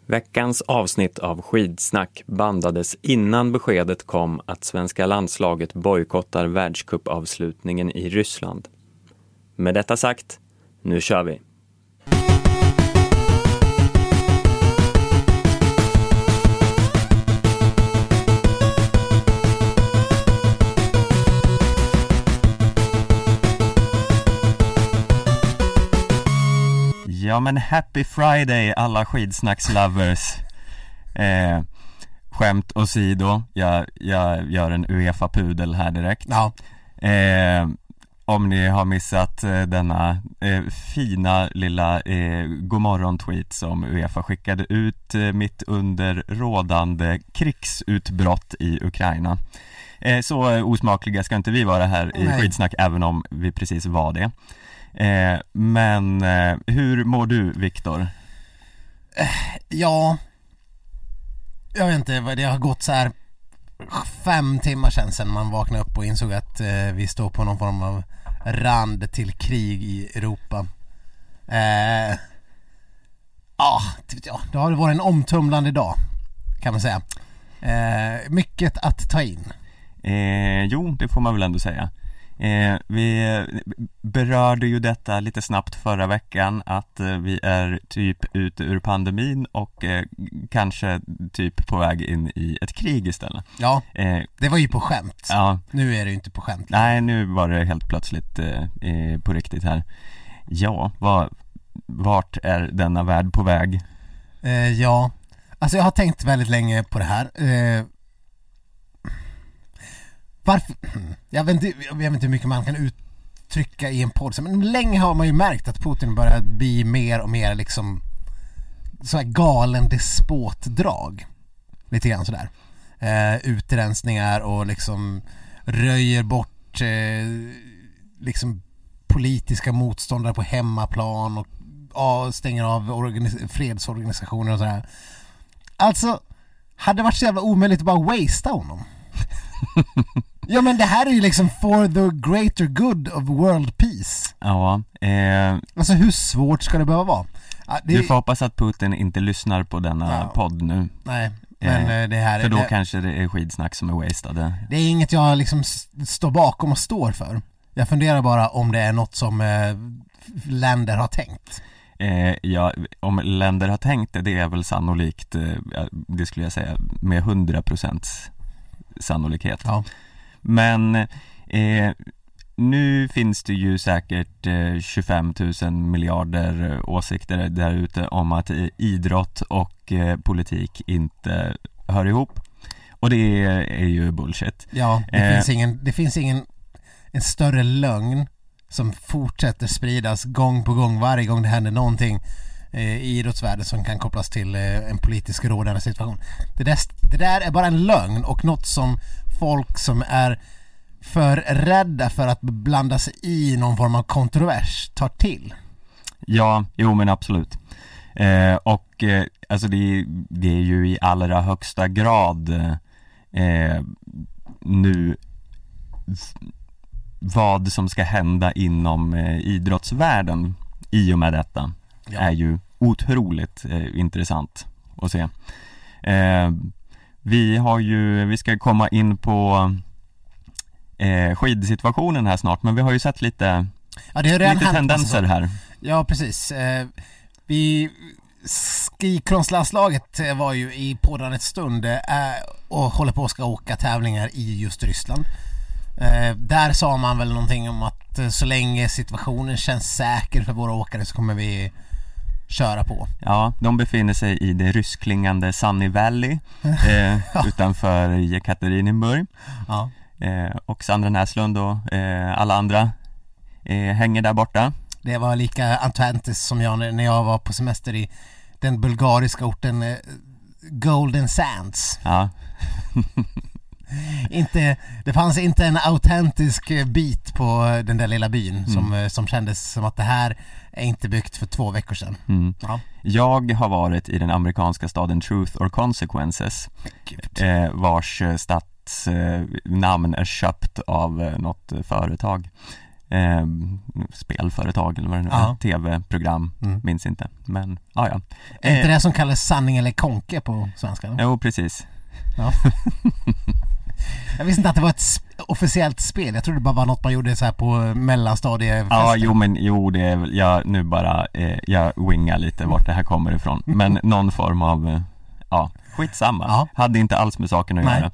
Veckans avsnitt av Skidsnack bandades innan beskedet kom att svenska landslaget bojkottar världscupavslutningen i Ryssland. Med detta sagt, nu kör vi! Ja, men happy Friday alla skidsnackslovers. Skämt åsido, jag gör en UEFA-pudel här direkt. Ja. Om ni har missat denna fina lilla godmorgon-tweet som UEFA skickade ut mitt under rådande krigsutbrott i Ukraina. Så osmakliga ska inte vi vara här i Skidsnack, även om vi precis var det. Men hur mår du, Viktor? Ja, jag vet inte, det har gått så här 5 timmar sedan man vaknade upp och insåg att vi står på någon form av rand till krig i Europa. Det har varit en omtumlande dag, kan man säga. Mycket att ta in. Jo, det får man väl ändå säga. Vi berörde ju detta lite snabbt förra veckan, att vi är typ ute ur pandemin och kanske typ på väg in i ett krig istället. Ja, det var ju på skämt. Ja. Nu är det ju inte på skämt. Nej, nu var det helt plötsligt på riktigt här. Ja, vart är denna värld på väg? Ja, alltså jag har tänkt väldigt länge på det här. Varför? Jag vet inte hur mycket man kan uttrycka i en podd, men länge har man ju märkt att Putin börjar bli mer och mer liksom så här galen despotdrag. Lite grann sådär. Utrensningar och liksom röjer bort liksom politiska motståndare på hemmaplan och stänger av fredsorganisationer och sådär. Alltså, hade det varit så jävla omöjligt att bara wastea honom? Ja, men det här är ju liksom for the greater good of world peace. Ja. Alltså hur svårt ska det behöva vara? Du får hoppas att Putin inte lyssnar på denna podd nu. Nej, men det här för då kanske det är skidsnack som är wastade. Det är inget jag liksom står bakom och står för. Jag funderar bara om det är något som länder har tänkt. Ja, om länder har tänkt det är väl sannolikt, det skulle jag säga, med 100% sannolikhet. Ja. Men nu finns det ju säkert 25 000 miljarder åsikter där ute om att idrott och politik inte hör ihop. Och det är ju bullshit. Ja, det finns ingen en större lögn som fortsätter spridas gång på gång varje gång det händer någonting i idrottsvärlden som kan kopplas till en politisk rådande situation. Det där är bara en lögn och något som folk som är för rädda för att blanda sig i någon form av kontrovers tar till. Ja, jo men absolut. Alltså det är ju i allra högsta grad nu vad som ska hända inom idrottsvärlden i och med detta är ju otroligt intressant att se. Vi ska komma in på skidsituationen här snart, men vi har ju sett lite tendenser här. Ja, precis. Skikronslaget var ju i pådragande stund och håller på att ska åka tävlingar i just Ryssland. Där sa man väl någonting om att så länge situationen känns säker för våra åkare så kommer vi köra på. Ja, de befinner sig i det ryskklingande Sunny Valley utanför Jekaterinburg. Ja. Och Sandra Näslund och alla andra hänger där borta. Det var lika Atlantis som jag när jag var på semester i den bulgariska orten Golden Sands. Ja. Det fanns inte en autentisk bit på den där lilla byn som kändes som att det här är inte byggt för 2 veckor sedan. Ja. Jag har varit i den amerikanska staden Truth or Consequences, vars stadsnamn är köpt av något företag. spelföretag eller vad det nu är, tv-program, minns inte. Men ja. Är inte det som kallas sanning eller konke på svenska? Jo, precis. Ja. Jag visste inte att det var ett officiellt spel. Jag trodde det bara var något man gjorde så här på mellanstadiefester. Ja, det är väl, jag nu bara jag wingar lite vart det här kommer ifrån. Men någon form av skitsamma. Ja. Hade inte alls med saken att göra.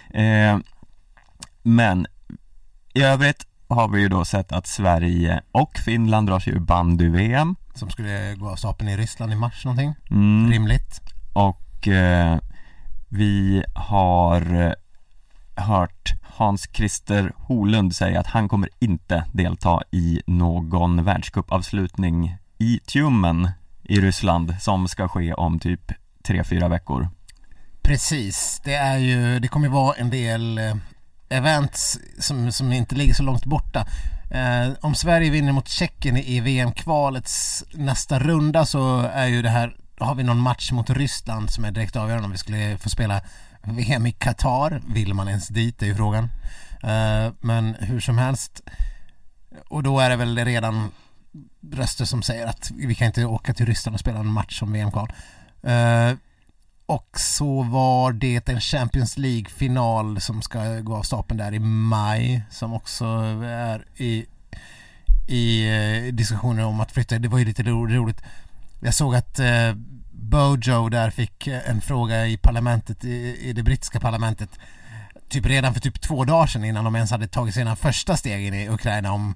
Men i övrigt har vi ju då sett att Sverige och Finland drar sig ur bandy-VM. Som skulle gå av stapeln i Ryssland i mars någonting. Rimligt. Och vi har hört Hans-Christer Holund säga att han kommer inte delta i någon världscupavslutning i Tjumen i Ryssland som ska ske om typ 3-4 veckor. Precis, det kommer ju vara en del events som inte ligger så långt borta. Om Sverige vinner mot Tjeckien i VM-kvalets nästa runda så är ju det här, har vi någon match mot Ryssland som är direkt avgörande om vi skulle få spela VM i Qatar. Vill man ens dit, är ju frågan. Men hur som helst, och då är det väl redan röster som säger att vi kan inte åka till Ryssland och spela en match som VM-kval. Och så var det en Champions League-final som ska gå av stapeln där i maj, som också är i diskussioner om att flytta. Det var ju lite roligt. Jag såg att Bojo där fick en fråga i parlamentet, i det brittiska parlamentet, typ redan för typ 2 dagar sedan, innan de ens hade tagit sina första stegen i Ukraina, om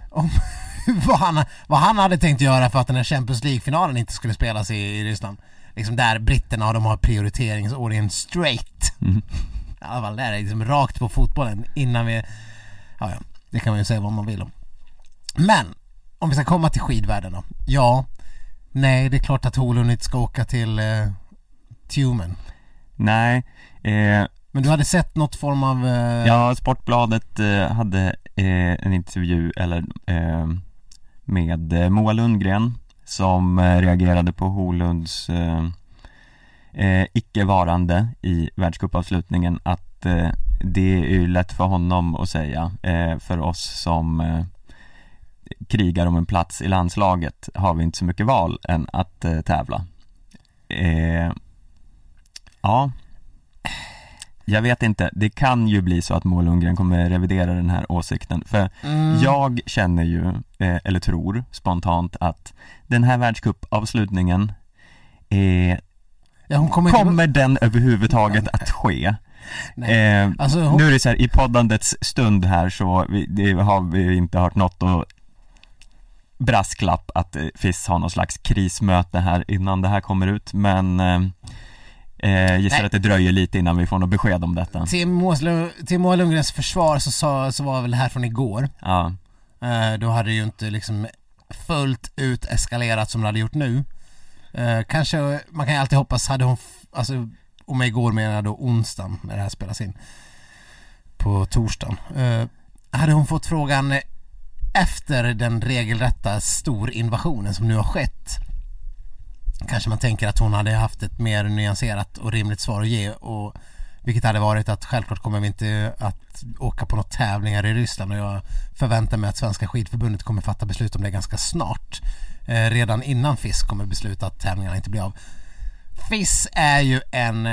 vad han hade tänkt göra för att den här Champions League-finalen inte skulle spelas i Ryssland. Liksom där britterna, de har prioriteringsordningen straight. I alla fall där är liksom rakt på fotbollen innan vi... Ja, det kan man ju säga vad man vill om. Men om vi ska komma till skidvärlden då. Nej, det är klart att Holund inte ska åka till Tjumen. Nej. Men du hade sett något form av... Ja, Sportbladet hade en intervju med Moa Lundgren som reagerade på Holunds icke-varande i världscupavslutningen, att det är ju lätt för honom att säga. För oss som krigar om en plats i landslaget har vi inte så mycket val än att tävla. Ja, jag vet inte. Det kan ju bli så att Moa Lundgren kommer revidera den här åsikten. För jag känner ju, eller tror spontant, att den här världscupavslutningen kommer den överhuvudtaget att ske? Alltså, nu är det så här, i poddandets stund här så har vi inte hört något och brasklapp att FIS har någon slags krismöte här innan det här kommer ut, men gissar att det dröjer lite innan vi får något besked om detta. Till Moa Lundgrens försvar så var väl här från igår. Ja. Då hade det ju inte liksom fullt ut eskalerat som det hade gjort nu. Kanske, man kan ju alltid hoppas, hade hon om igår menar då onsdagen när det här spelas in på torsdagen. Hade hon fått frågan efter den regelrätta stor invasionen som nu har skett, kanske man tänker att hon hade haft ett mer nyanserat och rimligt svar att ge, och vilket hade varit att självklart kommer vi inte att åka på några tävlingar i Ryssland, och jag förväntar mig att Svenska skidförbundet kommer fatta beslut om det ganska snart. Redan innan FIS kommer besluta att tävlingarna inte blir av. FIS är ju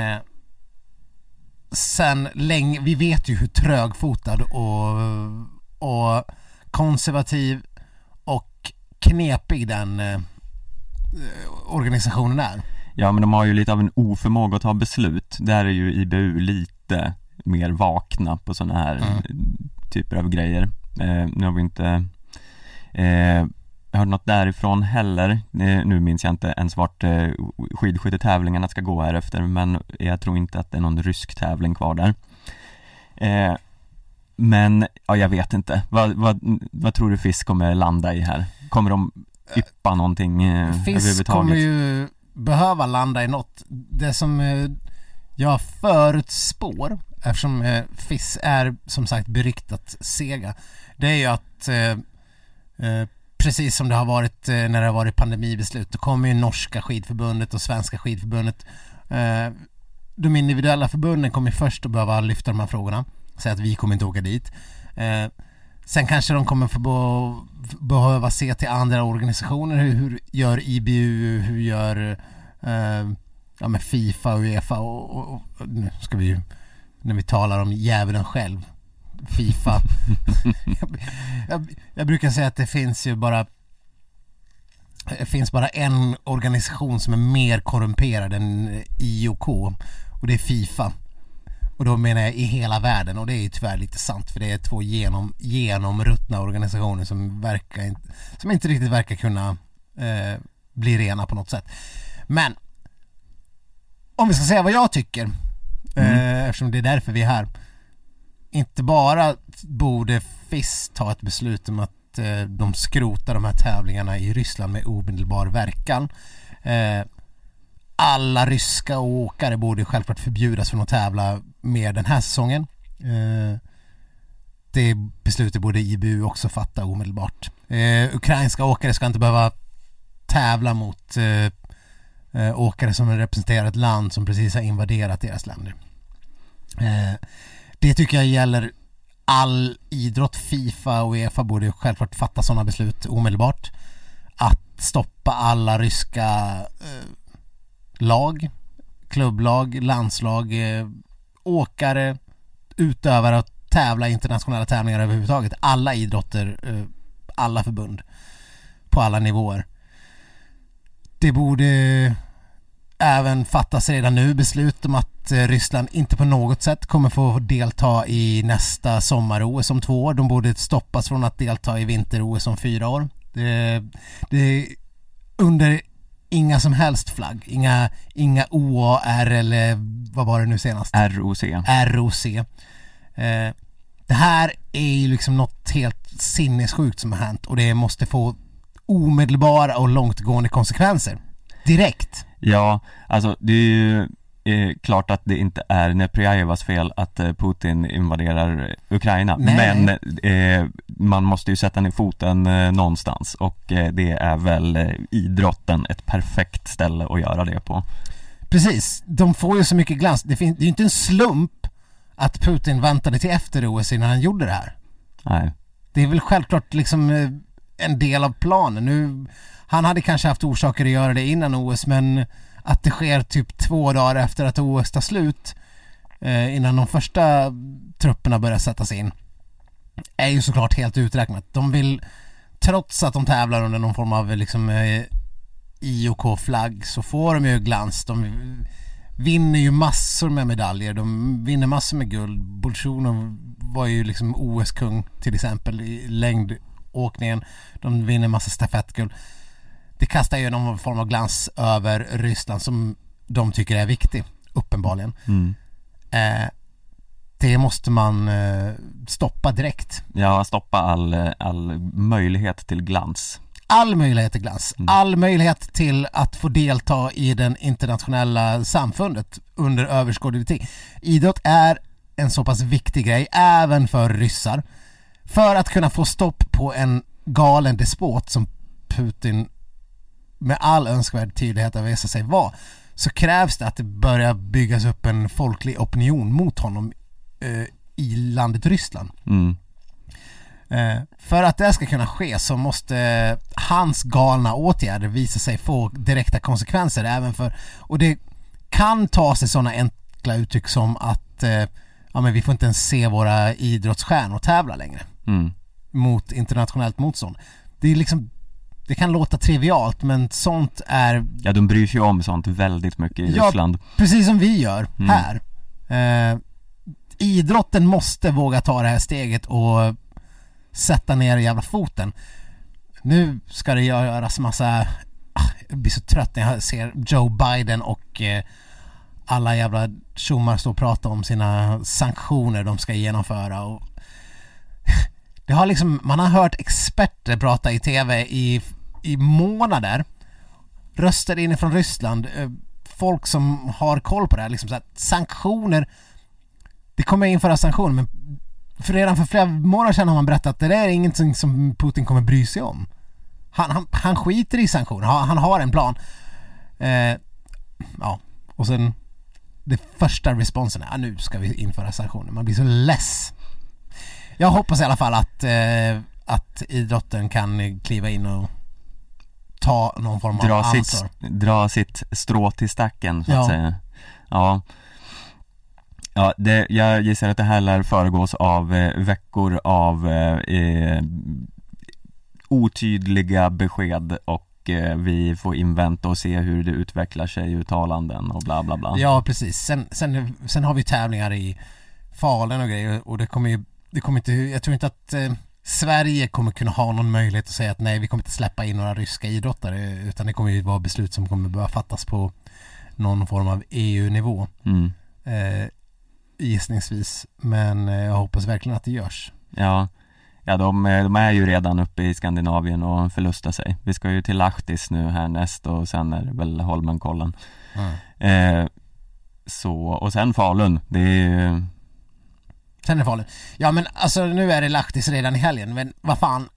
sen länge, vi vet ju hur trögfotad och konservativ och knepig den organisationen är. Ja, men de har ju lite av en oförmåga att ta beslut. Där är ju IBU lite mer vakna på sådana här typer av grejer. Nu har vi inte hört något därifrån heller. Nu minns jag inte ens vart skidskyttetävlingarna ska gå här efter, men jag tror inte att det är någon rysk tävling kvar där. Men ja, jag vet inte. Vad tror du FIS kommer landa i här? Kommer de yppa någonting överhuvudtaget? FIS kommer ju behöva landa i något. Det som jag förutspår, eftersom FIS är som sagt beryktat sega, det är ju att precis som det har varit när det har varit pandemibeslut, då kommer ju norska skidförbundet och svenska skidförbundet, de individuella förbunden kommer först att behöva lyfta de här frågorna, säga att vi kommer inte åka dit. Sen kanske de kommer få behöva se till andra organisationer. Hur gör IBU, hur gör med FIFA och UEFA och nu ska vi ju, när vi talar om djävulen själv, FIFA. jag brukar säga att det finns bara en organisation som är mer korrumperad än IOK, och det är FIFA. Och då menar jag i hela världen, och det är ju tyvärr lite sant, för det är två genomruttna organisationer som inte riktigt verkar kunna bli rena på något sätt. Men om vi ska säga vad jag tycker, eftersom det är därför vi är här, inte bara borde FIS ta ett beslut om att de skrotar de här tävlingarna i Ryssland med omedelbar verkan. Alla ryska åkare borde självklart förbjudas från att tävla mer den här säsongen. Det beslutet borde IBU också fatta omedelbart. Ukrainska åkare ska inte behöva tävla mot åkare som representerar ett land som precis har invaderat deras länder. Det tycker jag gäller all idrott. FIFA och UEFA borde självklart fatta sådana beslut omedelbart. Att stoppa alla ryska lag, klubblag, landslag, åkare, utövare att tävla i internationella tävlingar överhuvudtaget. Alla idrotter, alla förbund på alla nivåer. Det borde även fattas redan nu beslut om att Ryssland inte på något sätt kommer få delta i nästa sommar-OS om 2 år. De borde stoppas från att delta i vinter-OS om 4 år. Det är under inga som helst flagg. Inga OAR eller vad var det nu senast? ROC. Det här är ju liksom något helt sinnessjukt som har hänt, och det måste få omedelbara och långtgående konsekvenser. Direkt. Ja, alltså det är ju klart att det inte är Neprjajevas fel att Putin invaderar Ukraina. Nej. Men man måste ju sätta ner foten någonstans, och det är väl idrotten ett perfekt ställe att göra det på. Precis, de får ju så mycket glans. Det är ju inte en slump att Putin väntade till efter OS innan han gjorde det här. Nej. Det är väl självklart liksom en del av planen. Nu, han hade kanske haft orsaker att göra det innan OS, men att det sker typ 2 dagar efter att OS tar slut, innan de första trupperna börjar sättas in, är ju såklart helt uträknat. De vill, trots att de tävlar under någon form av liksom IOK-flagg, så får de ju glans. De vinner ju massor med medaljer. De vinner massor med guld. Bolsjunov var ju liksom OS-kung till exempel i längdåkningen. De vinner massa stafettguld. Det kastar ju någon form av glans över Ryssland som de tycker är viktig, uppenbarligen. Det måste man stoppa direkt. Ja, stoppa all möjlighet till glans. All möjlighet till glans. All möjlighet till att få delta i den internationella samfundet under överskådlig tid. Idrott är en så pass viktig grej även för ryssar. För att kunna få stopp på en galen despot som Putin med all önskvärd tydlighet har visat sig vara, så krävs det att det börjar byggas upp en folklig opinion mot honom i landet Ryssland. För att det ska kunna ske så måste hans galna åtgärder visa sig få direkta konsekvenser även för, och det kan ta sig sådana enkla uttryck som att men vi får inte ens se våra idrottsstjärnor tävla längre mot internationellt motstånd. Det är liksom, det kan låta trivialt, men sånt är... Ja, de bryr sig om sånt väldigt mycket i Ryssland. Precis som vi gör här. Idrotten måste våga ta det här steget och sätta ner jävla foten. Nu ska det göras massa... Jag blir så trött när jag ser Joe Biden och alla jävla tjommar stå och prata om sina sanktioner de ska genomföra. Och det har liksom, man har hört experter prata i tv i månader, röster inifrån Ryssland, folk som har koll på det här, liksom så att sanktioner, det kommer införa sanktioner, men redan för flera månader sedan har man berättat att det är ingenting som Putin kommer bry sig om. Han skiter i sanktioner, han har en plan. Och sen det första responsen är nu ska vi införa sanktioner. Man blir så less. Jag hoppas i alla fall att idrotten kan kliva in och ta någon form av ansvar. Dra sitt strå till stacken så att säga. Ja. Ja, jag gissar att det här lär föregås av veckor av otydliga besked och vi får invänta och se hur det utvecklar sig i uttalanden och bla bla bla. Ja, precis. Sen har vi tävlingar i Falun och grejer och det kommer inte, jag tror inte att Sverige kommer kunna ha någon möjlighet att säga att nej, vi kommer inte släppa in några ryska idrottare, utan det kommer ju vara beslut som kommer börja fattas på någon form av EU-nivå. Gissningsvis, men jag hoppas verkligen att det görs. Ja, de är ju redan uppe i Skandinavien och förlustar sig. Vi ska ju till Lahtis nu härnäst och sen är det väl Holmenkollen. Så, och sen Falun, det är ju... Sen är Falun. Ja, men alltså nu är det Lahtis redan i helgen, men vad fan,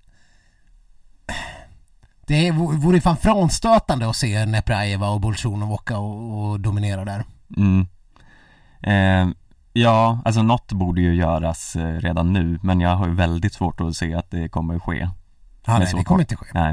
det vore fan frånstötande att se Neprajeva och Bolsjunov åka och dominera där. Ja, alltså något borde ju göras redan nu, men jag har ju väldigt svårt att se att det kommer att ske. Ja, nej, det kommer inte ske. Nej.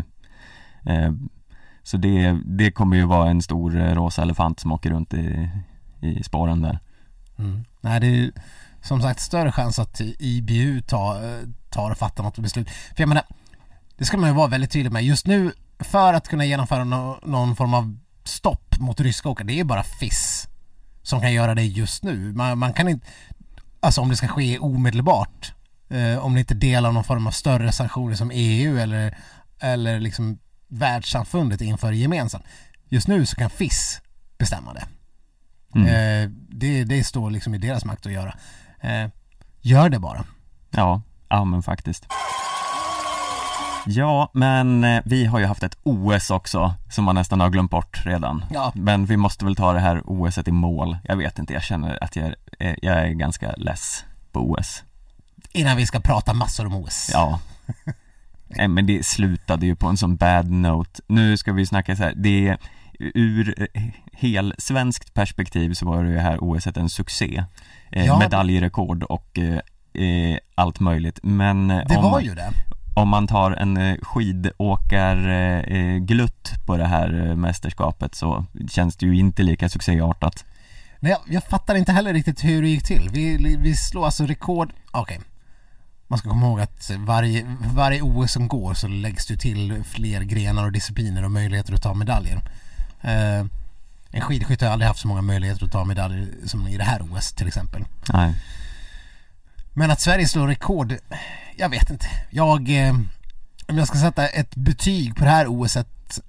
Så det kommer ju vara en stor rosa elefant som åker runt i spåren där. Nej, det är ju som sagt större chans att IBU tar och fattar något beslut. För jag menar, det ska man ju vara väldigt tydlig med. Just nu, för att kunna genomföra någon form av stopp mot ryska åkare, det är ju bara FIS som kan göra det just nu. Man kan inte, alltså om det ska ske omedelbart, om det inte delar någon form av större sanktioner som EU eller liksom världssamfundet inför gemensamt. Just nu så kan FIS bestämma det. Det står liksom i deras makt att göra. Gör det bara. Ja, men faktiskt. Ja, men vi har ju haft ett OS också som man nästan har glömt bort redan. Ja. Men vi måste väl ta det här OSet i mål. Jag vet inte, jag känner att jag är ganska less på OS. Innan vi ska prata massor om OS. Ja. Nej, men det slutade ju på en sån bad note. Nu ska vi snacka så här, det är ur hel svenskt perspektiv så var det här OSet en succé. Medaljrekord och allt möjligt. Men det var ju det. Om man tar en skidåkarglutt på det här mästerskapet så känns det ju inte lika succéartat. Nej, jag fattar inte heller riktigt hur det gick till. Vi slår alltså rekord. Okej. Man ska komma ihåg att varje OS som går så läggs det till fler grenar och discipliner och möjligheter att ta medaljer. En skidskytt har aldrig haft så många möjligheter att ta medaljer som i det här OS till exempel. Nej. Men att Sverige slår rekord, jag vet inte. Om jag ska sätta ett betyg på det här OSet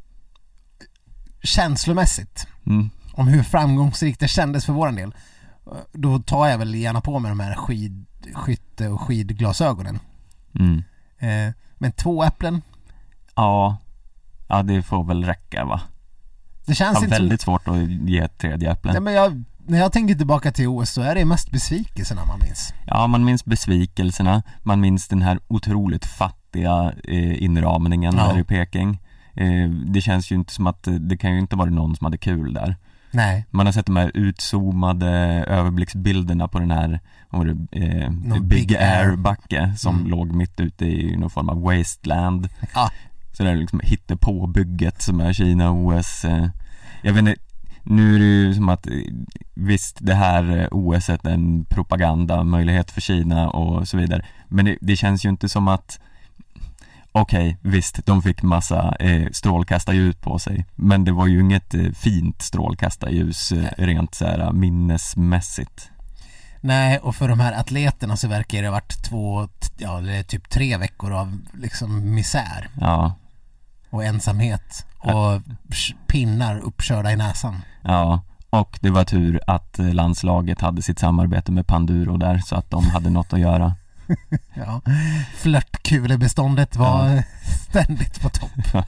känslomässigt om hur framgångsrikt det kändes för våran del, då tar jag väl gärna på mig de här skidskytte- och skidglasögonen. Men 2 äpplen? Ja, det får väl räcka, va? Det känns inte väldigt svårt att ge ett 3:e äpplen. Ja, men när jag tänker tillbaka till OS så är det mest besvikelserna man minns. Ja, man minns besvikelserna. Man minns den här otroligt fattiga inramningen där i Peking. Det känns ju inte som att det kan ju inte vara någon som hade kul där. Nej. Man har sett de här utzoomade överblicksbilderna på den här Big Air-backe som låg mitt ute i någon form av wasteland. Ja. Så det är liksom hittepåbygget som är Kina-OS. Jag vet inte, nu är det ju som att visst, det här OSet är en propagandamöjlighet för Kina och så vidare. Men det känns ju inte som att okej, visst, de fick massa strålkastarljus på sig. Men det var ju inget fint strålkastarljus rent så här minnesmässigt. Nej, och för de här atleterna så verkar det ha varit typ 3 veckor av liksom misär. Ja. Och ensamhet. Och pinnar uppkörda i näsan. Ja, och det var tur att landslaget hade sitt samarbete med Panduro där så att de hade något att göra. Ja, flörtkulebeståndet var ständigt på topp.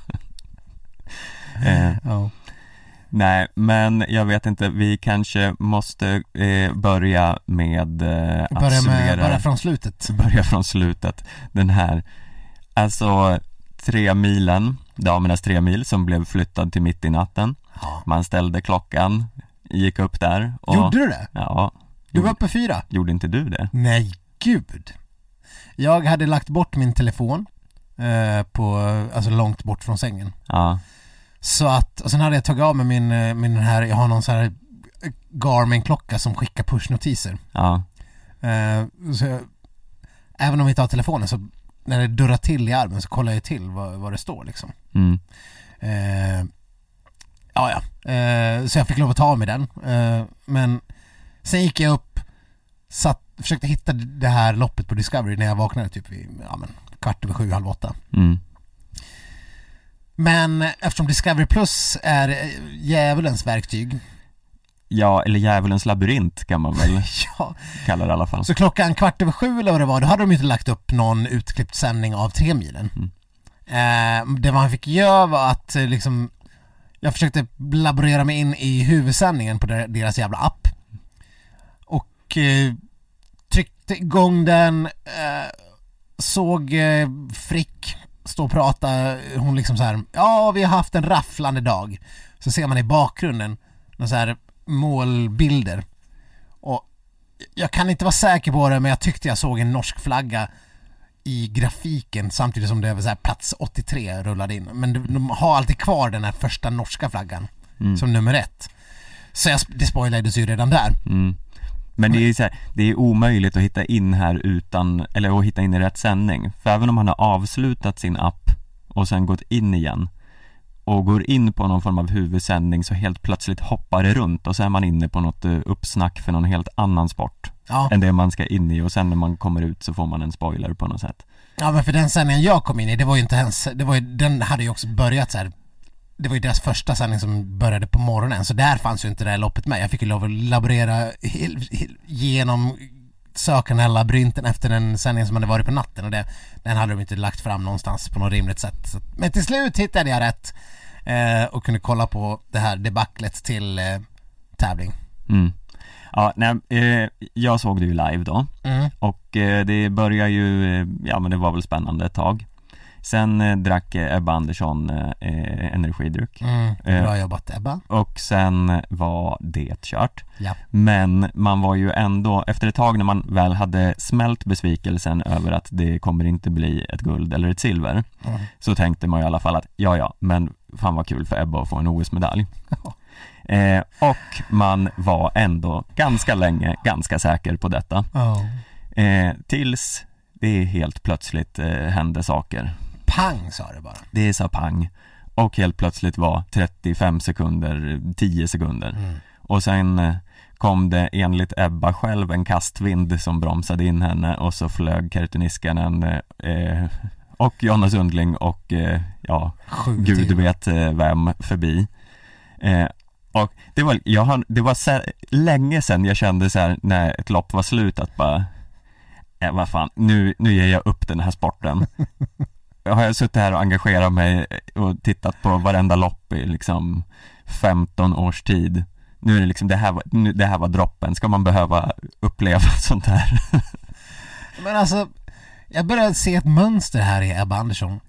Ja. Nej, men jag vet inte, vi kanske måste börja med att börja från slutet. Börja från slutet. Den här, alltså 3 milen, damernas 3 mil som blev flyttad till mitt i natten. Ja. Man ställde klockan, gick upp där. Och, gjorde du det? Ja. Du var uppe 4. Gjorde inte du det? Nej, gud. Jag hade lagt bort min telefon alltså långt bort från sängen. Ja. Så att, och sen hade jag tagit av med min här, jag har någon så här Garmin-klocka som skickar push-notiser. Ja. Så även om vi inte har telefonen, så när det durrar till i armen så kollar jag till vad det står liksom. Så jag fick lov att ta med den. Men sen gick jag upp, försökte hitta det här loppet på Discovery när jag vaknade typ vid 7:15, 7:30. Men eftersom Discovery Plus är djävulens verktyg. Ja, eller djävulens labyrint kan man väl kalla det i alla fall. Så 7:15 eller vad det var, då hade de inte lagt upp någon utklippt sändning av 3 milen. Det man fick göra var att liksom, jag försökte laborera mig in i huvudsändningen på deras jävla app. Och tryckte igång den, såg Frick stå och prata. Hon liksom så här: ja, vi har haft en rafflande dag. Så ser man i bakgrunden någon så här målbilder. Och jag kan inte vara säker på det, men jag tyckte jag såg en norsk flagga i grafiken samtidigt som det var så här plats 83 rullade in. Men de har alltid kvar den här första norska flaggan som nummer 1. Så det spoilades ju redan där. Men det är så här, det är omöjligt att hitta in här att hitta in i rätt sändning. För även om man har avslutat sin app och sen gått in igen och går in på någon form av huvudsändning, så helt plötsligt hoppar det runt och så är man inne på något uppsnack för någon helt annan sport än det man ska in i, och sen när man kommer ut så får man en spoiler på något sätt. Ja, men för den sändningen jag kom in i, det var ju inte ens, den hade ju också börjat så här. Det var ju deras första sändning som började på morgonen, så där fanns ju inte det här loppet med. Jag fick ju lov att laborera genom söka den här labyrinten efter den sändningen som hade varit på natten, och den hade de inte lagt fram någonstans på något rimligt sätt. Men till slut hittade jag rätt och kunde kolla på det här debaclet till tävling. Ja, jag såg det ju live då. Och det började ju, men det var väl spännande ett tag. Sen drack Ebba Andersson energidryck. Bra jobbat, Ebba. Och sen var det kört. Ja. Men man var ju ändå, efter ett tag när man väl hade smält besvikelsen över att det kommer inte bli ett guld eller ett silver, så tänkte man ju i alla fall att men fan vad kul för Ebba att få en OS-medalj. Och man var ändå ganska länge ganska säker på detta. Tills det helt plötsligt hände saker. Pang, sa det bara. Det sa pang. Och helt plötsligt var 35 sekunder 10 sekunder. Och sen kom det enligt Ebba själv en kastvind som bromsade in henne, och så flög Kerttu Niskanen och Jonna Sundling och Gud vet vem förbi. Och det var länge sedan jag kände så här, när ett lopp var slut, att bara vad fan, nu ger jag upp den här sporten. Har jag suttit här och engagerat mig och tittat på varenda lopp i liksom 15 års tid. Nu är det liksom, det här var droppen. Ska man behöva uppleva sånt här? Men alltså, jag började se ett mönster här i Ebba Andersson.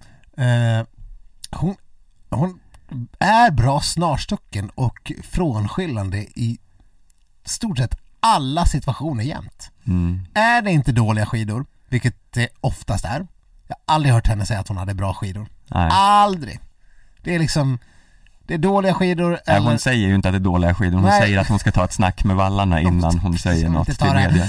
Hon är bra snarstucken och frånskyllande i stort sett alla situationer jämt. Är det inte dåliga skidor, vilket det oftast är. Jag har aldrig hört henne säga att hon hade bra skidor. Nej. Aldrig. Det är liksom, det är dåliga skidor. Eller... Hon säger ju inte att det är dåliga skidor. Hon säger att hon ska ta ett snack med vallarna innan hon säger något till media.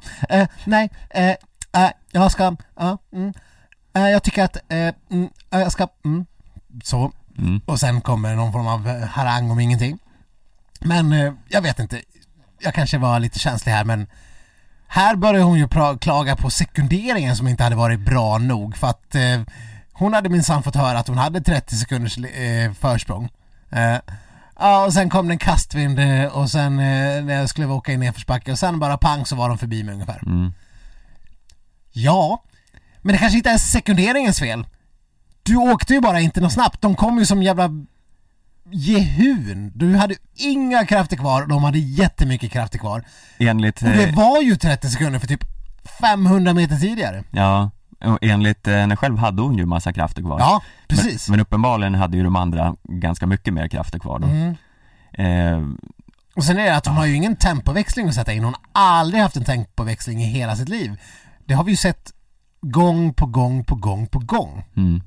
Jag ska jag tycker att jag ska så. Och sen kommer någon form av harang om ingenting. Men jag vet inte. Jag kanske var lite känslig här, men här börjar hon ju klaga på sekunderingen som inte hade varit bra nog, för att hon hade minsann fått höra att hon hade 30 sekunders försprång. Och sen kom det en kastvind och sen när jag skulle åka in i nedförsbacke och sen bara pang så var de förbi mig ungefär. Ja, men det kanske inte är sekunderingens fel. Du åkte ju bara inte något snabbt. De kom ju som jävla jehun. Du hade inga krafter kvar. De hade jättemycket krafter kvar. Enligt, och det var ju 30 sekunder för typ 500 meter tidigare. Ja, och enligt henne själv hade hon ju massa krafter kvar. Ja, precis. Men uppenbarligen hade ju de andra ganska mycket mer krafter kvar då. Och sen är det att hon har ju ingen tempoväxling att sätta in. Hon har aldrig haft en tempoväxling i hela sitt liv. Det har vi ju sett gång på gång på gång på gång.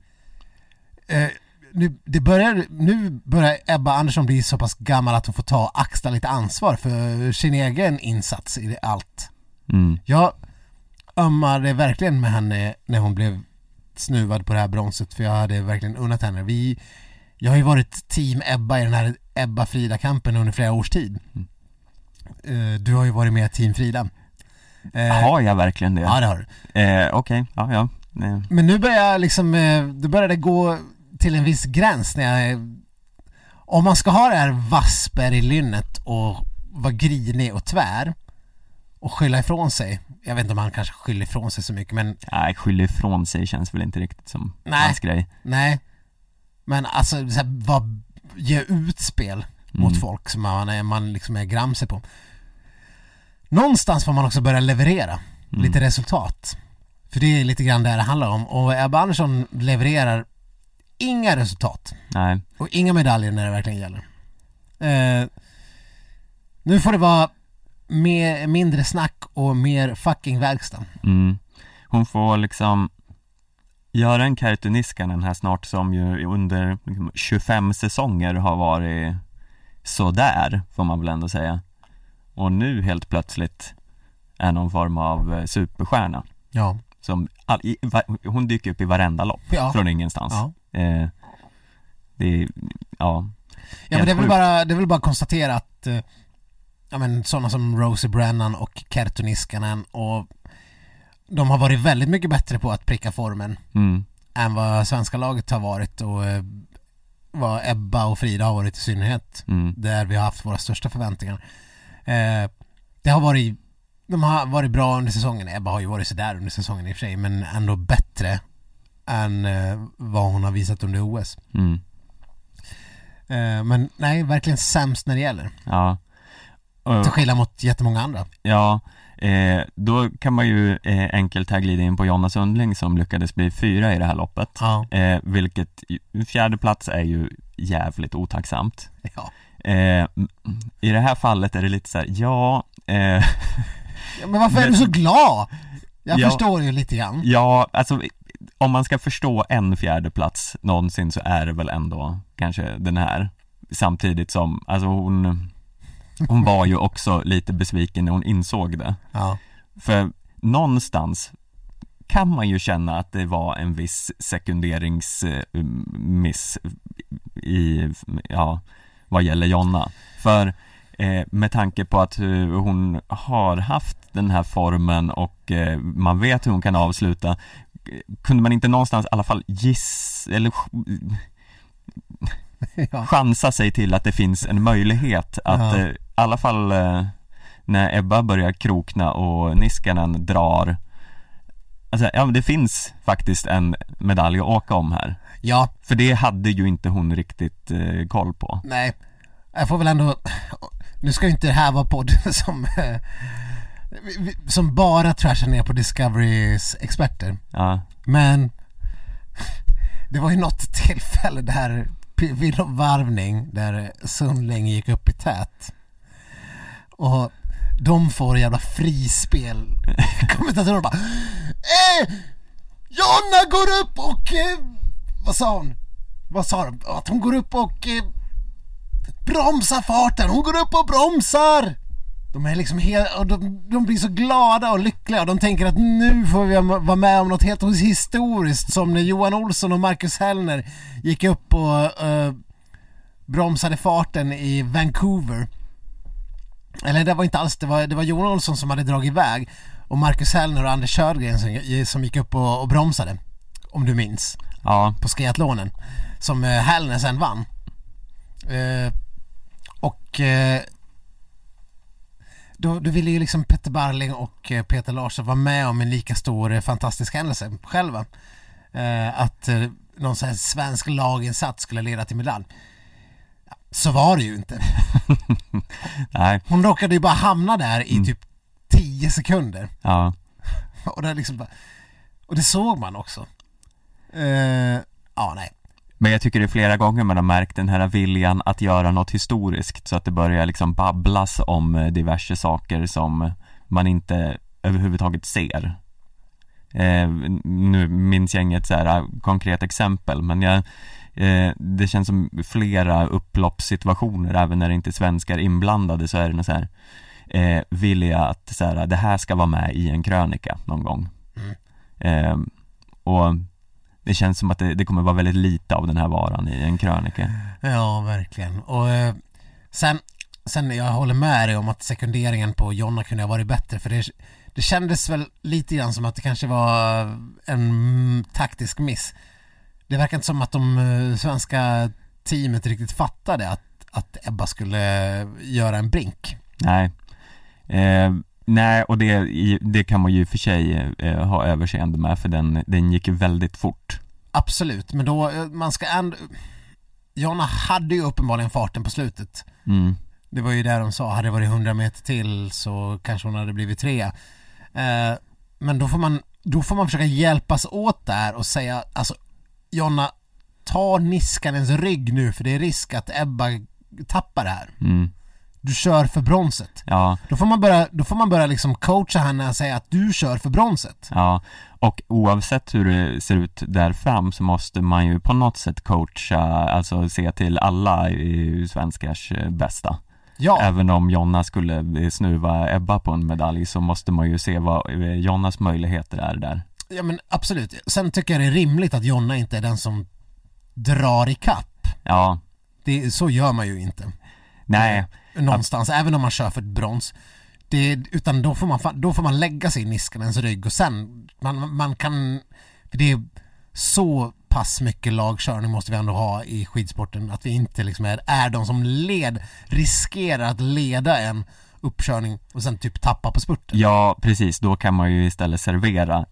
Nu börjar Ebba Andersson bli så pass gammal att hon får axla lite ansvar för sin egen insats i allt. Jag ömmade verkligen med henne när hon blev snuvad på det här bronset, för jag hade verkligen unnat henne. Jag har ju varit team Ebba i den här Ebba-Frida-kampen under flera års tid. Du har ju varit med team Frida. Har jag verkligen det? Ja, det har du. Okej. Ja. Men nu börjar det gå till en viss gräns om man ska ha det här Vassberg i lynnet och vara grinig och tvär och skylla ifrån sig. Jag vet inte om han kanske skyller ifrån sig så mycket, men... Nej, skylla ifrån sig känns väl inte riktigt som hans grej. Nej, men alltså ge utspel mot folk som man liksom är gramse på. Någonstans får man också börja leverera lite resultat. För det är lite grann det handlar om. Och Ebba Andersson levererar inga resultat. Nej. Och inga medaljer när det verkligen gäller. Nu får det vara mindre snack och mer fucking verkstad. Hon får liksom göra en Kerttu Niskanen här snart, som ju under 25 säsonger har varit så där, får man väl ändå säga. Och nu helt plötsligt är någon form av superstjärna. Ja. Som hon dyker upp i varenda lopp från ingenstans. Ja. Men det är väl bara konstatera att sådana som Rosie Brennan och Kerttu Niskanen, och de har varit väldigt mycket bättre på att pricka formen än vad svenska laget har varit, och vad Ebba och Frida har varit i synnerhet, där vi har haft våra största förväntningar. De har varit bra under säsongen. Ebba har ju varit så där under säsongen i och för sig, men ändå bättre än vad hon har visat under OS. Men nej, verkligen sämst när det gäller. Ja. Till skillnad mot jättemånga andra. Ja, då kan man ju enkelt här glida in på Jonna Sundling, som lyckades bli 4 i det här loppet. Ja. Vilket 4:e plats är ju jävligt otacksamt. Ja. I det här fallet är det lite så här, men varför är du så glad? Jag förstår ju lite grann. Ja, alltså om man ska förstå en 4:e plats någonsin, så är det väl ändå kanske den här. Samtidigt som, alltså hon var ju också lite besviken när hon insåg det. Ja. För någonstans kan man ju känna att det var en viss sekunderingsmiss vad gäller Jonna. För med tanke på att hon har haft den här formen och man vet hur hon kan avsluta, kunde man inte någonstans i alla fall chansa sig till att det finns en möjlighet att i alla fall när Ebba börjar krokna och Niskanen drar, alltså, det finns faktiskt en medalj att åka om här. Ja. För det hade ju inte hon riktigt koll på. Nej, jag får väl ändå, nu ska ju inte det här vara podd som bara trashar ner på Discoverys experter. Ja. Men det var ju något tillfälle där vid varvning där Sundling gick upp i tät. Och de får jävla frispel. Kommentatorerna bara Jonna går upp och vad sa hon? Vad sa de? Att hon går upp och bromsar farten. Hon går upp och bromsar. De är liksom de blir så glada och lyckliga, och de tänker att nu får vi vara med om något helt historiskt, som när Johan Olsson och Marcus Hellner gick upp och bromsade farten i Vancouver. Eller det var inte alls, det var Johan Olsson som hade dragit iväg, och Marcus Hellner och Anders Sjögren som gick upp och bromsade, om du minns. Ja. På skiathlonen som Hellner sen vann. Då ville ju liksom Petter Barling och Peter Larsson vara med om en lika stor fantastisk händelse själva. Att någon sån här svensk laginsats skulle leda till medalj. Ja, så var det ju inte. Nej. Hon råkade ju bara hamna där i typ 10 sekunder. Ja. Och det såg man också. Nej. Men jag tycker det är flera gånger man har märkt den här viljan att göra något historiskt, så att det börjar liksom babblas om diverse saker som man inte överhuvudtaget ser. Nu minns jag inget så här konkret exempel, men det känns som flera upploppssituationer, även när det inte är svenskar inblandade, så är det något så här vilja att så här, det här ska vara med i en krönika någon gång. Och det känns som att det kommer vara väldigt lite av den här varan i en krönika. Ja, verkligen. Och sen jag håller med dig om att sekunderingen på Jonna kunde ha varit bättre, för det kändes väl lite grann som att det kanske var en taktisk miss. Det verkar inte som att de svenska teamet riktigt fattade att Ebba skulle göra en brink. Nej, och det kan man ju för sig ha överseende med, för den gick ju väldigt fort. Absolut, men då man ska ändå... Jonna hade ju uppenbarligen farten på slutet. Det var ju där de sa, hade det varit 100 meter till så kanske hon hade blivit 3. Men då får man försöka hjälpas åt där och säga, alltså Jonna, ta Niskanens rygg nu, för det är risk att Ebba tappar det här. Du kör för bronset. Ja. Då får man börja liksom coacha henne och säga att du kör för bronset. Ja, och oavsett hur det ser ut där fram så måste man ju på något sätt coacha, alltså se till alla svenskars bästa. Ja. Även om Jonna skulle snuva Ebba på en medalj så måste man ju se vad Jonnas möjligheter är där. Ja, men absolut. Sen tycker jag det är rimligt att Jonna inte är den som drar i kapp. Ja. Så gör man ju inte. Nej. Någonstans, även om man kör för ett brons. Utan då får man lägga sig i Niskanens rygg och sen man kan, för det är så pass mycket lagkörning måste vi ändå ha i skidsporten, att vi inte liksom är de som riskerar att leda en uppkörning och sen typ tappa på spurten. Ja, precis. Då kan man ju istället servera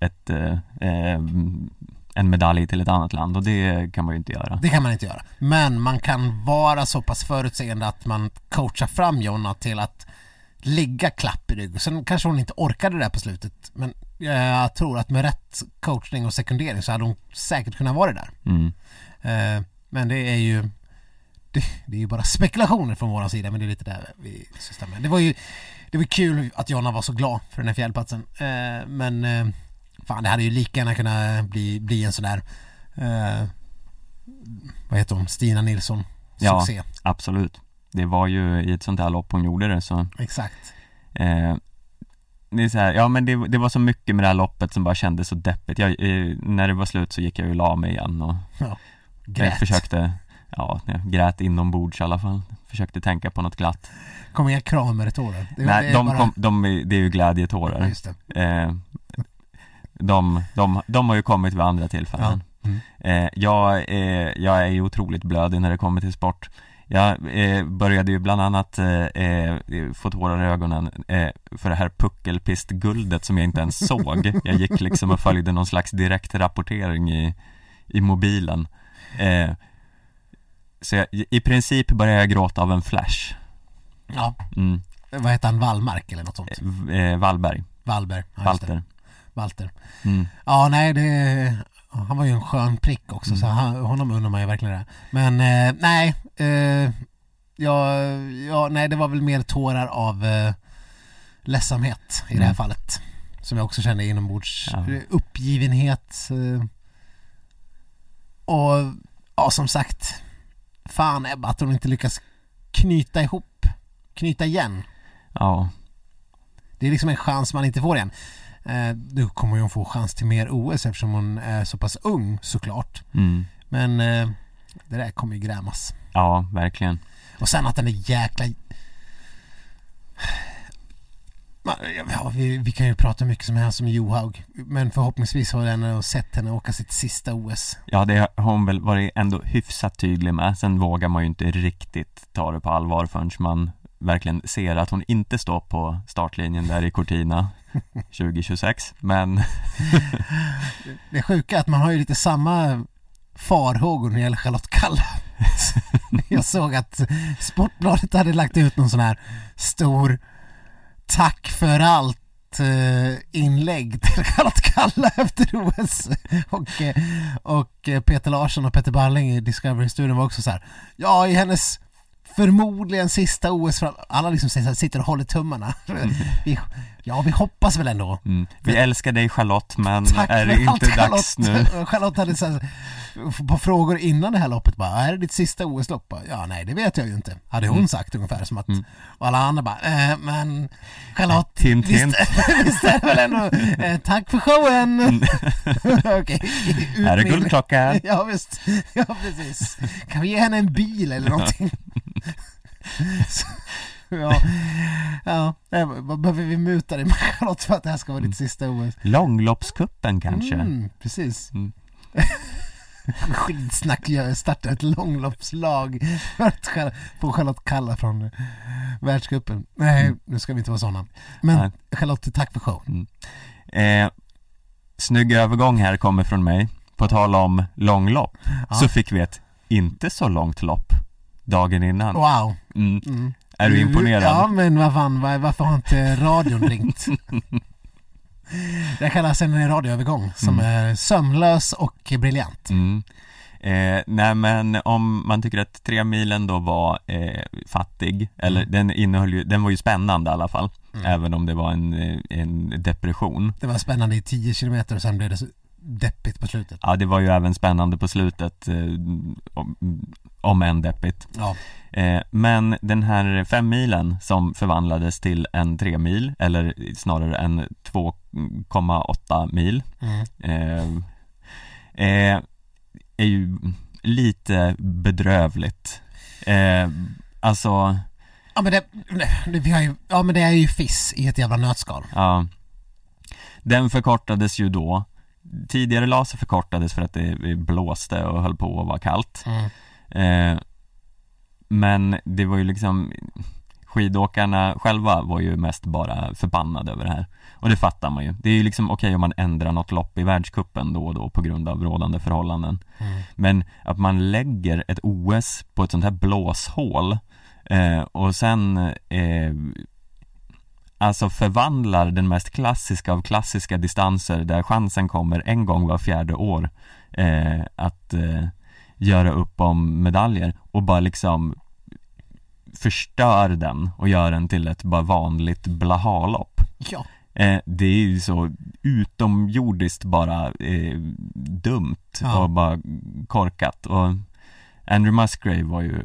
en medalj till ett annat land, och det kan man ju inte göra. Det kan man inte göra. Men man kan vara så pass förutseende att man coachar fram Jonna till att ligga klapp i rygg. Och sen kanske hon inte orkade det där på slutet, men jag tror att med rätt coachning och sekundering så hade hon säkert kunnat vara där. Men det är ju bara spekulationer från vår sida, men det är lite där vi sysslar med. Det var kul att Jonna var så glad för den här fjällplatsen. Men fan, det hade ju lika gärna kunnat bli en sån där vad heter hon? Stina Nilsson succé. Ja, absolut. Det var ju i ett sånt här lopp hon gjorde det, så. Exakt. Det är så här, ja, men det var så mycket med det här loppet som bara kändes så deppigt. När det var slut så gick jag ju la mig igen och jag grät inombords i alla fall. Försökte tänka på något glatt. Kom inga kramer i tårar? Det är ju glädjetårar. Just det. De har ju kommit vid andra tillfällen. Ja. Jag är ju otroligt blödig när det kommer till sport. Jag började ju bland annat få tårar i ögonen för det här puckelpistguldet som jag inte ens såg. Jag gick liksom och följde någon slags direkt rapportering i mobilen. Så i princip började jag gråta av en flash. Ja. Vad heter han? Wallmark eller något sånt? Wallberg. Ja, Walter. Ja, nej, han var ju en skön prick också, så honom undrar man ju verkligen det. Men nej, nej, det var väl mer tårar av ledsamhet i det här fallet, som jag också kände inombords. Uppgivenhet och ja, som sagt, fan Ebba, att hon inte lyckas knyta igen. Ja. Det är liksom en chans man inte får igen. Nu kommer hon få chans till mer OS eftersom hon är så pass ung, såklart. Men det där kommer ju grämas. Ja, verkligen. Och sen att den är jäkla... vi kan ju prata mycket som här som Johaug, men förhoppningsvis har den sett henne åka sitt sista OS. Ja, det har hon väl varit ändå hyfsat tydlig med. Sen vågar man ju inte riktigt ta det på allvar förrän man verkligen ser att hon inte står på startlinjen där i Cortina 2026, men det är sjuka att man har ju lite samma farhågor när det gäller Charlotte Kalla. Jag såg att Sportbladet hade lagt ut någon sån här stor tack för allt inlägg till Charlotte Kalla efter OS, och Peter Larsson och Peter Barling i Discovery-studion var också så här: ja, i hennes förmodligen sista OS för alla liksom sitter och håller tummarna. Vi hoppas väl ändå. Vi älskar dig Charlotte, men Tack är det för inte allt, dags nu? Charlotte hade så här, på frågor innan det här loppet bara, är det ditt sista OS-lopp? Ja, nej, det vet jag ju inte. Hade hon sagt ungefär som att, och alla andra bara, men Charlotte, Hint. visst är det väl ändå, tack för showen. Okej, Här är guldklocka. Ja, visst. Ja, precis. Kan vi ge henne en bil eller någonting? Vad behöver vi muta dig med Charlotte för att det här ska vara ditt sista OS? Långloppskuppen kanske. Precis. Skidsnack startar ett långloppslag för att få Charlotte Kalla från världscupen. Nej, nu ska vi inte vara sådana. Men Charlotte, tack för show. Snygg övergång här kommer från mig. På tal om långlopp så fick vi ett inte så långt lopp dagen innan. Wow. Är du imponerad? Ja, men varför har inte radion ringt? Det kallas en radioövergång som är sömlös och briljant. Nej, men om man tycker att 3 milen då var fattig, eller den var ju spännande i alla fall, även om det var en depression. Det var spännande i 10 kilometer och sen blev det så deppigt på slutet. Ja, det var ju även spännande på slutet, om än deppigt. Ja. Men den här 5 milen som förvandlades till en 3 mil, eller snarare en 2,8 mil, är ju lite bedrövligt. Alltså... Ja, men det är ju fiss i ett jävla nötskal. Ja. Den förkortades ju då. Tidigare laser förkortades för att det blåste och höll på att vara kallt. Men det var ju liksom, skidåkarna själva var ju mest bara förbannade över det här. Och det fattar man ju. Det är ju liksom okej om man ändrar något lopp i världscupen då och då på grund av rådande förhållanden. Men att man lägger ett OS på ett sånt här blåshål och sen alltså förvandlar den mest klassiska av klassiska distanser där chansen kommer en gång var 4:e år att göra upp om medaljer och bara liksom förstör den och gör den till ett bara vanligt blahalopp. Ja. Det är ju så utomjordiskt bara dumt och bara korkat. Och Andrew Musgrave var ju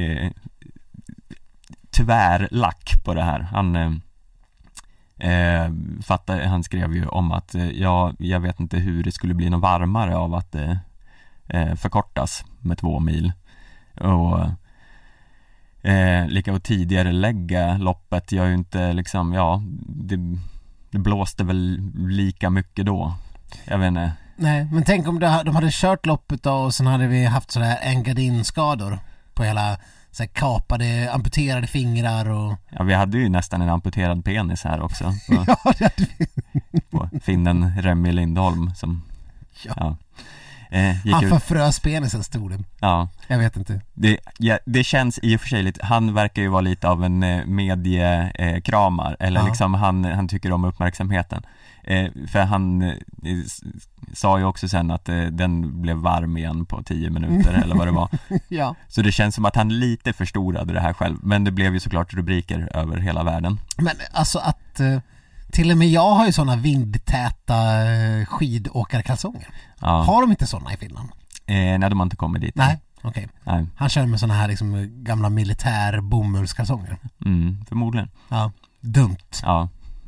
tvärlack på det här. Han skrev ju om att jag vet inte hur det skulle bli något varmare av att det förkortas med 2 mil och lika och tidigare lägga loppet gör ju inte liksom, det blåste väl lika mycket då, jag vet inte. Nej, men tänk om de hade kört loppet då och sen hade vi haft sådär Engadin-skador på hela så här kapade, amputerade fingrar och... Ja, vi hade ju nästan en amputerad penis här också på, ja, det hade vi. på finnen Remy Lindholm som han förfrös penisen stod det. Ja. Jag vet inte. Det känns i och för sig lite, han verkar ju vara lite av en mediekramar eller liksom han tycker om uppmärksamheten. För han sa ju också sen att den blev varm igen på 10 minuter eller vad det var. Ja. Så det känns som att han lite förstorade det här själv. Men det blev ju såklart rubriker över hela världen. Men alltså att till och med jag har ju sådana vindtäta skidåkarkalsonger. Ja. Har de inte sådana i Finland? Nej, de har inte kommit dit. Nej, okej. Okay. Han kör med sådana här liksom gamla militär bomullskalsonger. Förmodligen. Ja, dumt. Ja.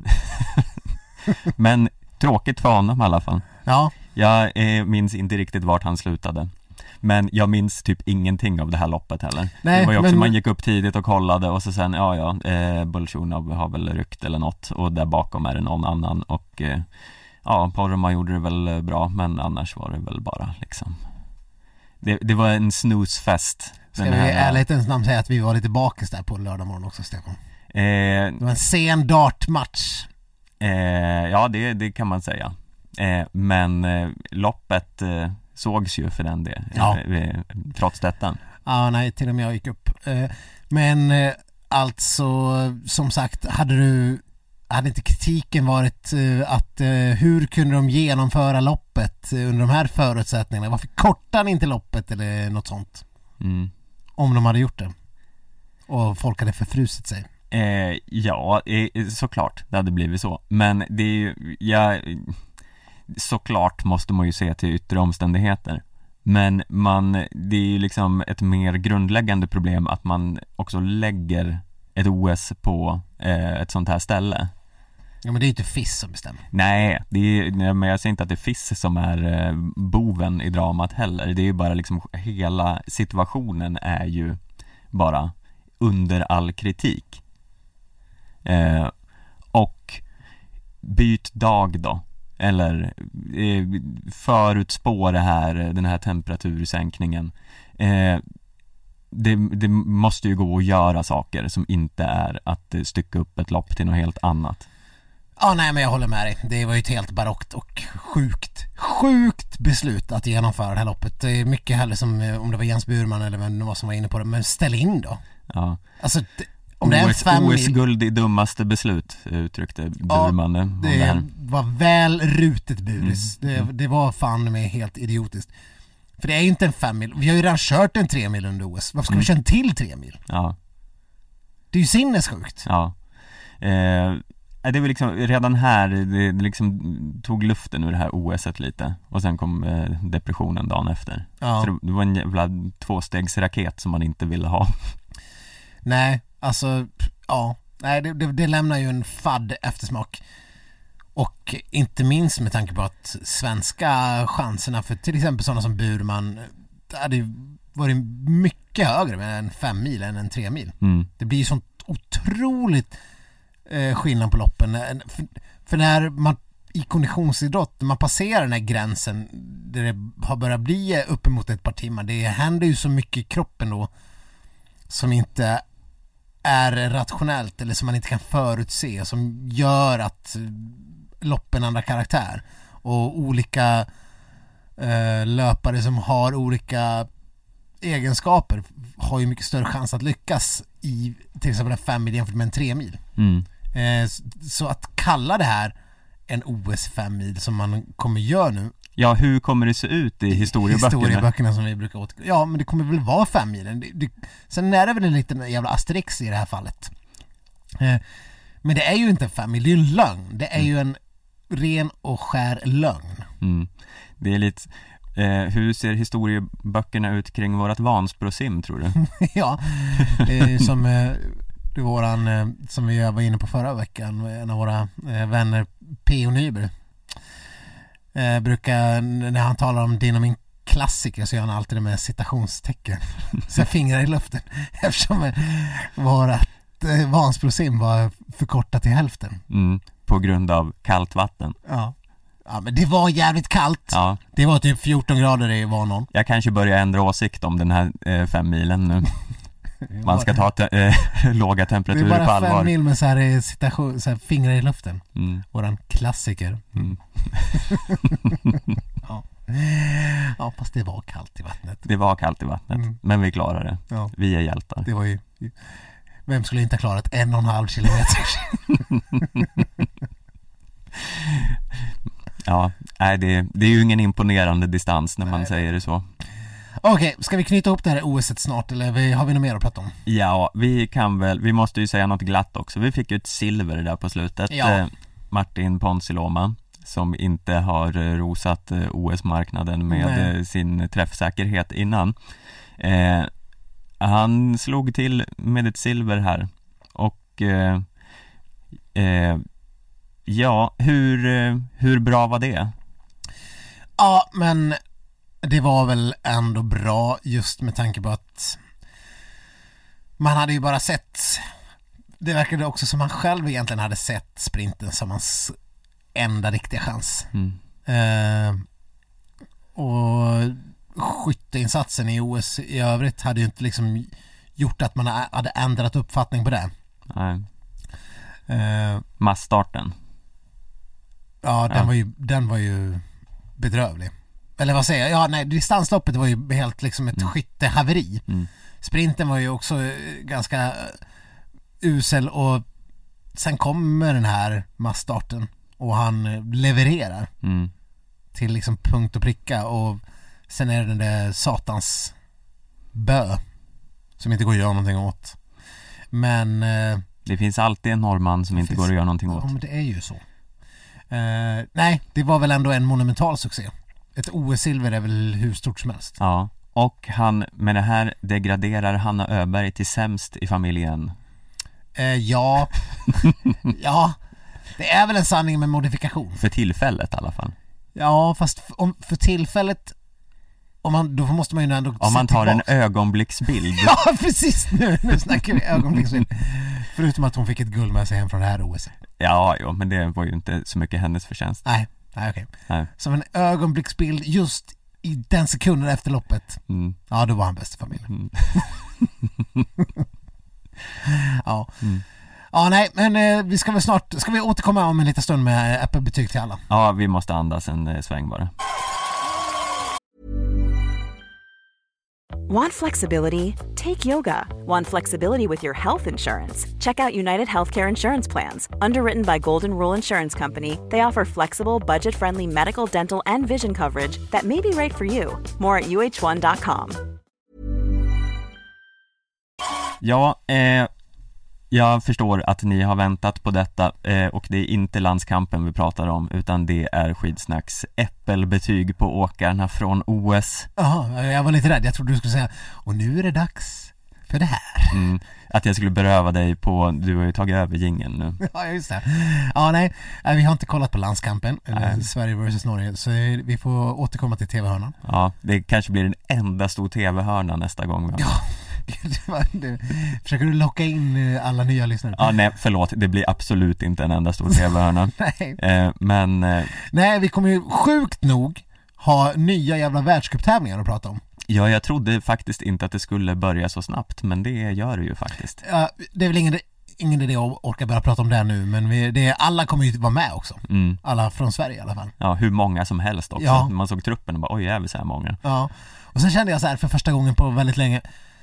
Men tråkigt för honom i alla fall. Ja. Jag minns inte riktigt vart han slutade. Men jag minns typ ingenting av det här loppet heller. Nej, det var ju också, man gick upp tidigt och kollade och så sen, Bolsjunov har väl ryckt eller något och där bakom är det någon annan och Poromaa gjorde det väl bra, men annars var det väl bara liksom det var en snusfest. Ska vi i ärlighetens namn säga att vi var lite bakis där på lördag morgon också, Stefan? Det var en sen dartmatch. Ja, det kan man säga. Men loppet sågs ju för den det. Ja. Trots detta. Ja, nej, till och med jag gick upp. Men alltså, som sagt, hade inte kritiken varit att hur kunde de genomföra loppet under de här förutsättningarna? Varför kortade ni inte loppet eller något sånt? Om de hade gjort det. och folk hade förfrusit sig. Ja, såklart det hade blivit så. Men det är ju, såklart måste man ju se till yttre omständigheter. Men det är ju liksom ett mer grundläggande problem att man också lägger ett OS på ett sånt här ställe. Ja, men det är ju inte FIS som bestämmer. Nej, men jag säger inte att det är FIS som är boven i dramat heller. Det är ju bara liksom, hela situationen är ju bara under all kritik. Och byt dag då. Eller förutspå den här temperatursänkningen. Det måste ju gå att göra saker som inte är att stycka upp ett lopp till något helt annat. Ja, nej, men jag håller med dig. Det var ju ett helt barockt och sjukt beslut att genomföra det här loppet. Det är mycket hellre som om det var Jens Burman eller vem det var som var inne på det. Men ställ in då. Ja. Alltså, om det är 5 mil... OS-guld i dummaste beslut, uttryckte Burman. Ja, det var väl rutet buris. Det var fan med helt idiotiskt. För det är ju inte en 5 mil. Vi har ju redan kört en 3 mil under OS. Varför ska vi köra en till 3 mil? Ja. Det är ju sinnessjukt. Ja. Det var liksom redan här, det liksom tog luften ur det här OS:et lite. Och sen kom depressionen dagen efter. Ja. Så det var en jävla 2-stegsraket som man inte ville ha. Nej, alltså, ja. Nej, det lämnar ju en fadd eftersmak. Och inte minst med tanke på att svenska chanserna för till exempel sådana som Burman hade varit mycket högre med en 5 mil än en 3 mil. Det blir ju sånt otroligt skillnad på loppen. För när man i konditionsidrott, när man passerar den här gränsen där det har börjat bli uppemot ett par timmar, det händer ju så mycket i kroppen då som inte är rationellt eller som man inte kan förutse, som gör att loppen ändrar karaktär. Och olika löpare som har olika egenskaper har ju mycket större chans att lyckas i till exempel en 5 mil jämfört med en 3 mil. Så att kalla det här en OS 5 mil som man kommer göra nu. Ja, hur kommer det se ut i historieböckerna som vi brukar återkomma. Ja, men det kommer väl vara 5 milen. Sen är det väl en liten jävla asterix i det här fallet. Men det är ju inte en 5 mil, det är ju en lögn. Det är ju en ren och skär lögn. Det är lite... hur ser historieböckerna ut kring vårat Vansbrosim, tror du? Ja, som vi var inne på förra veckan, en av våra vänner P.O. Nyberg brukar, när han talar om din och min klassiker, så gör han alltid det med citationstecken så fingrar i luften, eftersom vårat Vansbrosim var förkortat till hälften. På grund av kallt vatten. Ja, men det var jävligt kallt. Ja. Det var typ 14 grader i Vanon. Jag kanske börjar ändra åsikt om den här 5 milen nu. Man ska ta låga temperaturer på allvar. Det är bara 5 mil med så här fingrar i luften. Våran klassiker. Ja, fast det var kallt i vattnet. Det var kallt i vattnet, men vi klarade det. Ja. Vi är hjältar. Det var ju... Vem skulle inte ha klarat 1,5 kilometer? Ja, nej, det är ju ingen imponerande distans när man säger det så. Okej, ska vi knyta ihop det här OS snart, eller har vi något mer att prata om? Ja, vi måste ju säga något glatt också. Vi fick ju ett silver där på slutet. Ja. Martin Ponsiluoma, som inte har rosat OS-marknaden med sin träffsäkerhet innan. Han slog till med ett silver här. Och ja, hur bra var det? Ja, men det var väl ändå bra, just med tanke på att man hade ju bara sett, det verkade också som han själv egentligen hade sett sprinten som hans enda riktiga chans. Och skytteinsatsen i OS i övrigt hade ju inte liksom gjort att man hade ändrat uppfattning på det. Nej. Massstarten. Ja, den var ju bedrövlig. Eller vad säger jag? Ja, nej, distansloppet var ju helt liksom ett skyttehaveri. Sprinten var ju också ganska usel, och sen kommer den här massstarten och han levererar till liksom punkt och pricka, och sen är det den där satans bö som inte går att göra någonting åt. Men det finns alltid en norrman som inte går att göra någonting åt. Ja, men det är ju så. Nej, det var väl ändå en monumental succé. Ett OS-silver är väl hur stort som helst. Ja, och han med det här degraderar Hanna Öberg till sämst i familjen. Ja. Ja, det är väl en sanning med modifikation. För tillfället i alla fall. Ja, fast för tillfället då måste man ju ändå om man tar en ögonblicksbild. Ja, precis, nu snackar vi ögonblicksbild. Förutom att hon fick ett guld med sig hem från det här OS. Ja, men det var ju inte så mycket hennes förtjänst. Nej, okej. Nej. Som en ögonblicksbild just i den sekunden efter loppet. Ja, då var han bäst i familjen. Ja. Ja, nej, men vi ska väl snart återkomma om en liten stund med Apple-betyg till alla. Ja, vi måste andas en sväng bara. Want flexibility? Take yoga. Want flexibility with your health insurance? Check out United Healthcare Insurance Plans. Underwritten by Golden Rule Insurance Company, they offer flexible, budget-friendly medical, dental, and vision coverage that may be right for you. More at uh1.com. Ja, jag förstår att ni har väntat på detta och det är inte landskampen vi pratar om utan det är Skidsnacks Äppelbetyg på åkarna från OS. Jaha, jag var lite rädd. Jag trodde du skulle säga och nu är det dags för det här. Att jag skulle beröva dig på, du har ju tagit över jingeln nu. Ja, just det. Ja, nej, vi har inte kollat på landskampen eller Sverige vs Norge så vi får återkomma till TV-hörnan. Ja, det kanske blir en enda stor TV-hörna nästa gång. Ja. Försöker du locka in alla nya lyssnare? Ja, nej, förlåt, det blir absolut inte en enda stor TV-hörna. Nej. Nej, vi kommer ju sjukt nog ha nya jävla världscuptävlingar att prata om. Ja, jag trodde faktiskt inte att det skulle börja så snabbt, men det gör det ju faktiskt. Det är väl ingen idé att orka börja prata om det nu, men alla kommer ju vara med också. Alla från Sverige i alla fall. Ja, hur många som helst också. Ja. Man såg truppen och bara, oj jävlar så här många. Ja, och sen kände jag så här för första gången på väldigt länge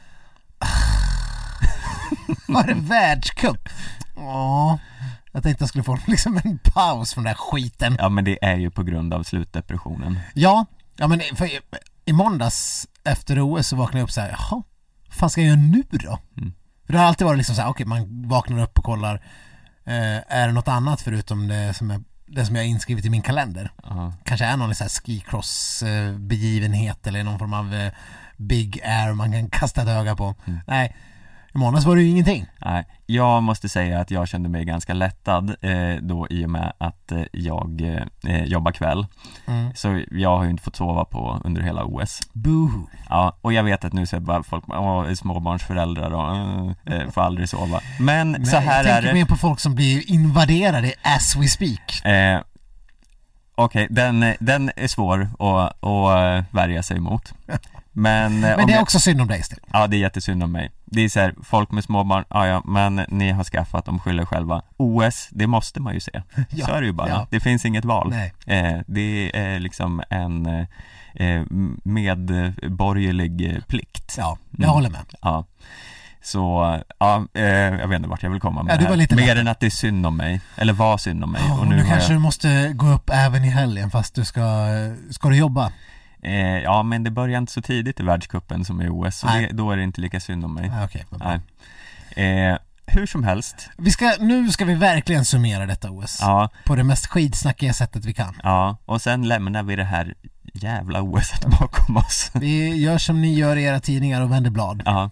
var det världscup? Jag tänkte jag skulle få liksom en paus från den där skiten. Ja, men det är ju på grund av slutdepressionen. Ja men för i måndags efter OS så vaknade jag upp så här, jaha, vad fan ska jag göra nu då? För det har alltid varit liksom så här, okej, man vaknar upp och kollar är det något annat förutom det som jag har inskrivet i min kalender. Kanske är någon så här skicross begivenhet eller någon form av big air man kan kasta ett öga på. Nej, i månads var det ju ingenting. Nej, jag måste säga att jag kände mig ganska lättad då i och med att jag jobbar kväll. Så jag har ju inte fått sova på under hela OS. Boohoo. Ja, och jag vet att nu så är bara folk småbarnsföräldrar och får aldrig sova. Men så här är det. Jag tänker mer på folk som blir invaderade as we speak. Okej, den är svår att värja sig emot. Men det är också synd om dig, Sten. Ja, det är jättesynd om mig. Det är så här, folk med småbarn, ja, men ni har skaffat, de skyller själva. OS, det måste man ju se. Ja, så är det ju bara. Ja. Det finns inget val. Det är liksom en medborgerlig plikt. Ja, jag håller med. Ja. Så, ja, jag vet inte vart jag vill komma med det här. Lite mer än att det är synd om mig. Eller var synd om mig. Och nu kanske du måste gå upp även i helgen fast du ska du jobba. Ja, men det börjar inte så tidigt i världscupen som i OS. Så då är det inte lika synd om mig. Okay, hur som helst. Nu ska vi verkligen summera detta OS. På det mest skidsnackiga sättet vi kan. Ja, och sen lämnar vi det här jävla OS bakom oss. Vi gör som ni gör i era tidningar och vänder blad. Ja.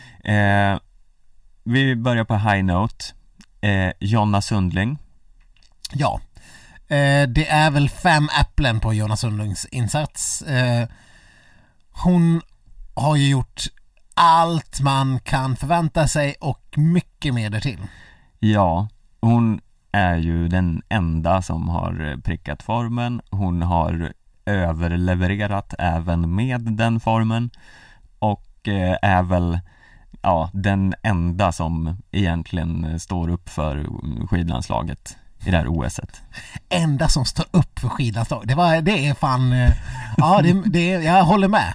Vi börjar på high note. Jonna Sundling. Ja. Det är väl 5 äpplen på Jonna Sundlings insats. Hon har ju gjort allt man kan förvänta sig och mycket mer därtill. Ja, hon är ju den enda som har prickat formen. Hon har överlevererat även med den formen och är väl den enda som egentligen står upp för skidlandslaget i det här OS-et. Enda som står upp för skidlandslaget. Det är fan jag håller med.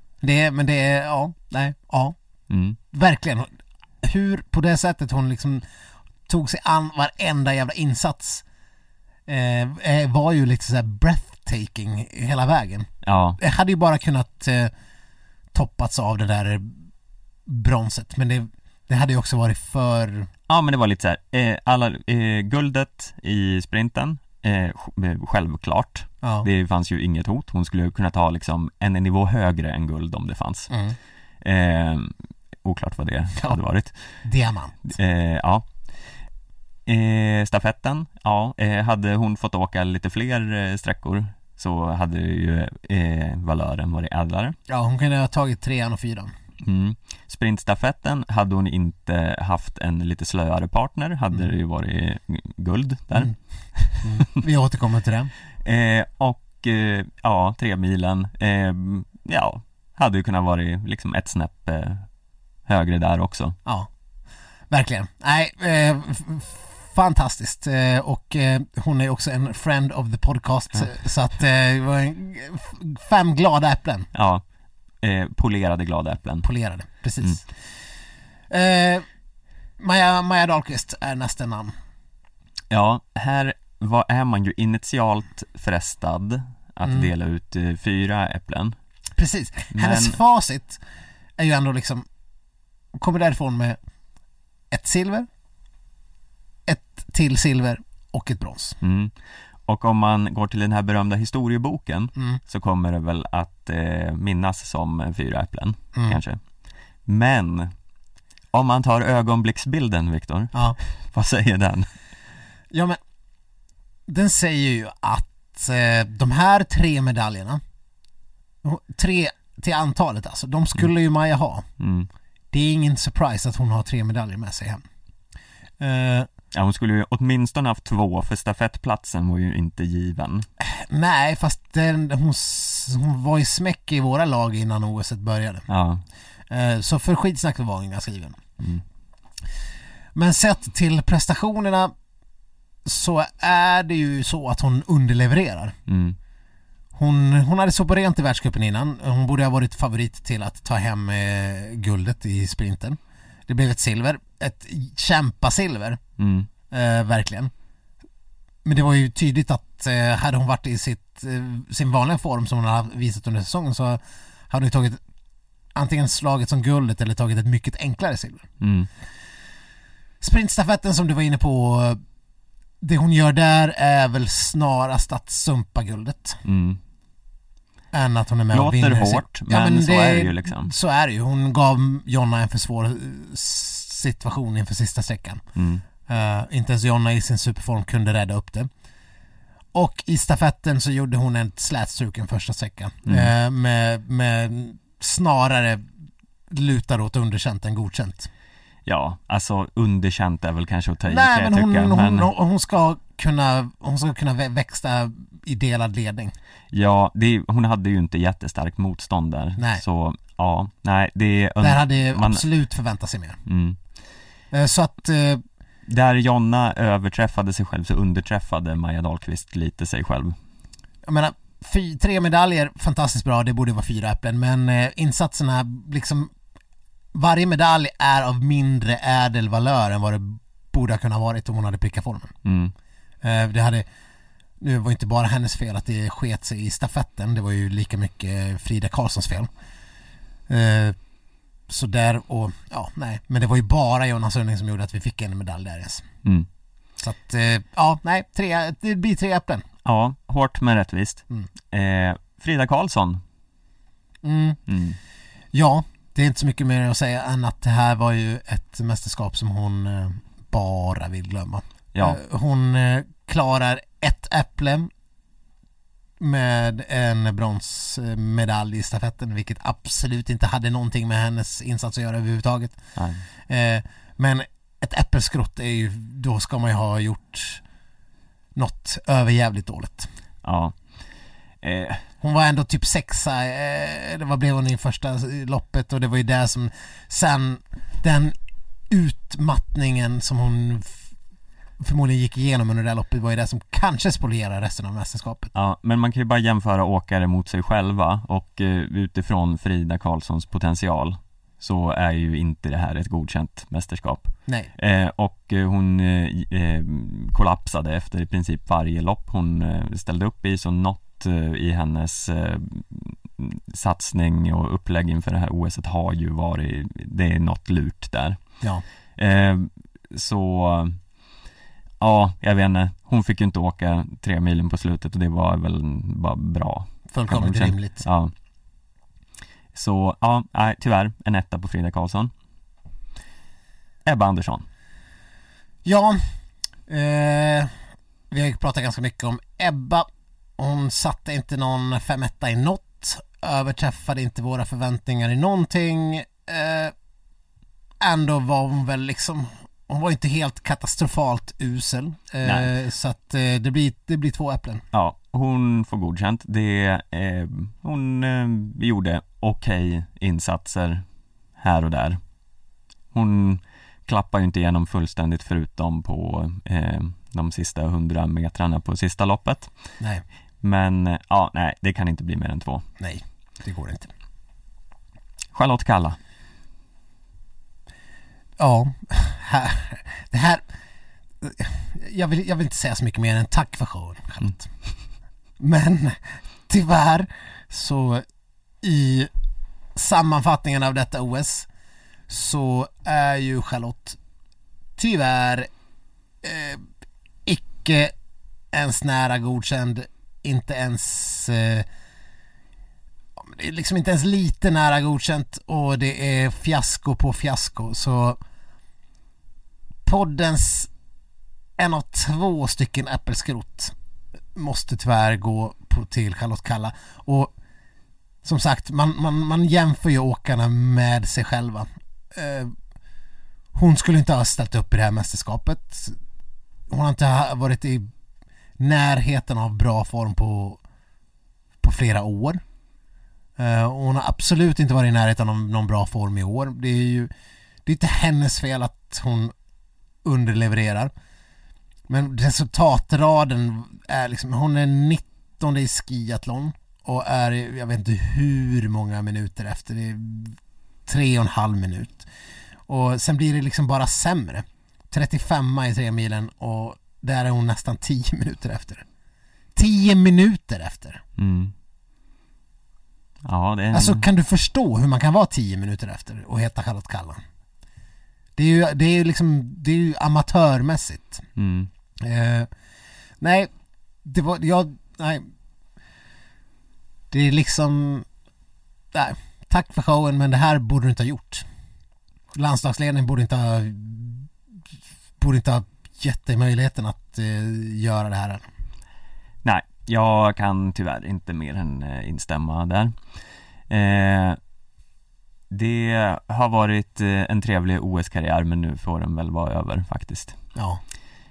Verkligen. Hur på det sättet hon liksom tog sig an varenda jävla insats var ju lite så här breathtaking hela vägen. Ja. Det hade ju bara kunnat toppats av det där bronset, men Det hade ju också varit för... Ja, men det var lite så här, guldet i sprinten, självklart. Ja. Det fanns ju inget hot. Hon skulle kunna ta liksom en nivå högre än guld om det fanns. Oklart vad det hade varit. Diamant. Ja. Stafetten, ja, hade hon fått åka lite fler sträckor så hade ju valören varit ädlare. Ja, hon kunde ha tagit 3:an och 4:an. Sprintstafetten hade hon inte haft en lite slöare partner, hade det ju varit guld där. Vi återkommer till det. Och ja, 3 milen ja, hade ju kunnat vara liksom ett snäpp högre där också. Ja, verkligen. Nej, fantastiskt. Och hon är också en friend of the podcast. Så att det var 5 glada äpplen. Ja, polerade glada äpplen. Polerade, precis. Maja Dahlqvist är nästa namn. Ja, här är man ju initialt frestad att dela ut 4 äpplen. Precis. Hennes facit är ju ändå liksom, kommer därifrån med ett silver, ett till silver och ett brons. Och om man går till den här berömda historieboken så kommer det väl att minnas som 4 äpplen kanske. Men om man tar ögonblicksbilden, Viktor, vad säger den? Ja, men den säger ju att de här 3 medaljerna, 3 till antalet alltså, de skulle ju Maja ha. Det är ingen surprise att hon har 3 medaljer med sig hem. Ja, hon skulle ju åtminstone haft 2, för stafettplatsen var ju inte given. Nej, fast hon var ju smäck i våra lag innan OS började. Ja. Så för skitsnack var hon ganska given. Men sett till prestationerna så är det ju så att hon underlevererar. Hon hade så på rent i världscupen innan. Hon borde ha varit favorit till att ta hem guldet i sprinten. Det blev ett silver. Ett kämpasilver. Verkligen. Men det var ju tydligt att hade hon varit i sin vanliga form som hon har visat under säsongen, så hade hon tagit antingen slaget som guldet eller tagit ett mycket enklare silver. Sprintstafetten som du var inne på, det hon gör där är väl snarast att sumpa guldet. Än att hon är med och vinner. Låter hårt, men så är det ju liksom. Så är det ju. Hon gav Jonna en för svår situation inför sista sträckan. Inte ens Jonna i sin superform kunde rädda upp det. Och i stafetten så gjorde hon en slätstruken första sträckan. Med snarare lutar åt underkänt än godkänt. Ja, alltså underkänt är väl kanske att ta i. Nej, men hon ska kunna växa i delad ledning. Ja, hon hade ju inte jättestarkt motstånd där. Nej. Så ja, nej, där hade absolut förväntat sig mer. Så att där Jonna överträffade sig själv så underträffade Maja Dahlqvist lite sig själv. Jag menar, 3 medaljer, fantastiskt bra, det borde vara 4 äpplen, men insatserna liksom, varje medalj är av mindre ädel valör än vad det borde ha kunnat varit om hon hade prickat formen. Nu var inte bara hennes fel att det sket sig i stafetten, det var ju lika mycket Frida Karlssons fel. Så där, och ja, nej, men det var ju bara Jonas Sundling som gjorde att vi fick en medalj där ens. Så att, ja, nej, det blir 3 äpplen. Ja, hårt men rättvist. Frida Karlsson. Ja, det är inte så mycket mer att säga än att det här var ju ett mästerskap som hon bara vill glömma. Ja. Hon klarar 1 äpple med en bronsmedalj i stafetten, vilket absolut inte hade någonting med hennes insats att göra överhuvudtaget. Men ett äppelskrott är ju, då ska man ju ha gjort något överjävligt dåligt. Ja. Hon var ändå typ 6:a, vad blev hon i första loppet, och det var ju där som sen den utmattningen som hon förmodligen gick igenom under det här loppet var ju det som kanske spolierar resten av mästerskapet. Ja, men man kan ju bara jämföra åkare mot sig själva, och utifrån Frida Karlssons potential så är ju inte det här ett godkänt mästerskap. Nej. Och hon kollapsade efter i princip varje lopp hon ställde upp i, så något i hennes satsning och upplägg inför det här OS:et har ju varit, det är något lurt där. Ja. Så ja, jag vet inte. Hon fick ju inte åka 3 milen på slutet och det var väl bara bra. Fullkomligt rimligt. Ja. Så ja, tyvärr en etta på Frida Karlsson. Ebba Andersson. Ja, vi har ju pratat ganska mycket om Ebba. Hon satte inte någon 5-1 i något, överträffade inte våra förväntningar i någonting. Ändå var hon väl liksom, hon var inte helt katastrofalt usel. Så att det blir 2 äpplen. Ja, hon får godkänt. Hon gjorde okej insatser här och där. Hon klappar ju inte igenom fullständigt förutom på de sista 100 metrarna på sista loppet. Nej. Men nej, det kan inte bli mer än 2. Nej, det går inte. Charlotte Kalla. Ja, det här jag vill inte säga så mycket mer än tack för showen, Charlotte. Men tyvärr så i sammanfattningen av detta OS så är ju Charlotte tyvärr icke ens nära godkänd, inte ens det är liksom inte ens lite nära godkänt, och det är fiasko på fiasko. Så poddens en av 2 stycken äppelskrot måste tyvärr gå till Charlotte Kalla. Och som sagt, man jämför ju åkarna med sig själva. Hon skulle inte ha ställt upp i det här mästerskapet. Hon har inte varit i närheten av bra form på flera år. Hon har absolut inte varit i närheten av någon bra form i år. Det är inte hennes fel att hon underlevererar. Men resultatraden är liksom, hon är 19 i skiathlon och är, jag vet inte hur många minuter efter, det är 3,5 minut. Och sen blir det liksom bara sämre. 35 i 3 milen och där är hon nästan 10 minuter efter. 10 minuter efter. Mm. Ja, det är Alltså, kan du förstå hur man kan vara 10 minuter efter och heta Charlotte Kalla? Det är ju amatörmässigt. Mm. Nej, det är liksom, nej, tack för showen, men det här borde du inte ha gjort. Landslagsledningen borde inte ha gett dig möjligheten att göra det här. Nej, jag kan tyvärr inte mer än instämma där. Det har varit en trevlig OS-karriär, men nu får den väl vara över faktiskt. Ja.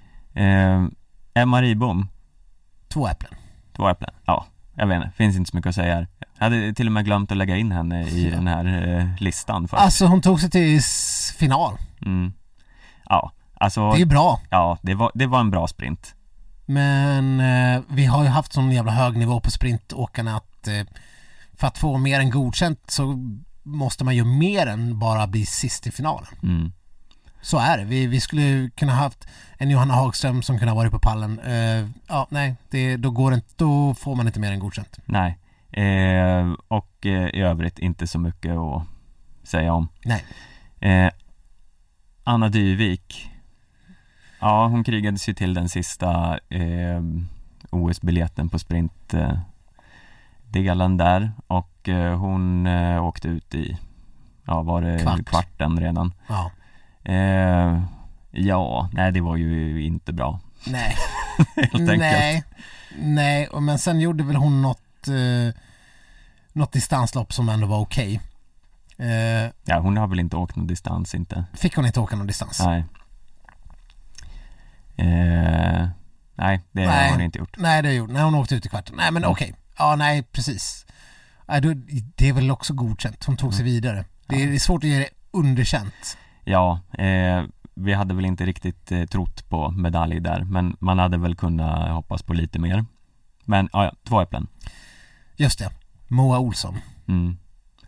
Emma Ribom. 2 äpplen. 2 äpplen, ja. Jag vet inte, finns inte så mycket att säga här. Jag hade till och med glömt att lägga in henne i den här listan. Faktiskt. Alltså hon tog sig till final. Mm. Ja, alltså. Det är bra. Ja, det var en bra sprint. Men vi har ju haft sån jävla hög nivå på sprintåkarna att för att få mer än godkänt så måste man ju mer än bara bli sist i finalen. Mm. Så är det. Vi skulle kunna haft en Johanna Hagström som kunde ha varit på pallen. Då får man inte mer än godkänt. Nej. Och i övrigt inte så mycket att säga om. Nej. Anna Dyvik. Ja, hon krigades ju till den sista OS-biljetten på sprintdelen där. Och hon åkte ut i, var det kvarten redan. Ja. Nej, det var ju inte bra. Nej. Helt enkelt. Nej, men sen gjorde väl hon något distanslopp som ändå var okej. Ja, hon har väl inte åkt någon distans, inte. Fick hon inte åka någon distans? Nej. Nej, det har hon inte gjort. Nej, det har gjort. Nej, hon åkte ut i kvarten. Nej, men okej. Ja, nej, precis. Det är väl också godkänt. Hon tog sig vidare. Det är svårt att ge det underkänt. Ja, vi hade väl inte riktigt trott på medalj där, men man hade väl kunnat hoppas på lite mer. Men 2 äpplen. Just det, Moa Olsson. Mm.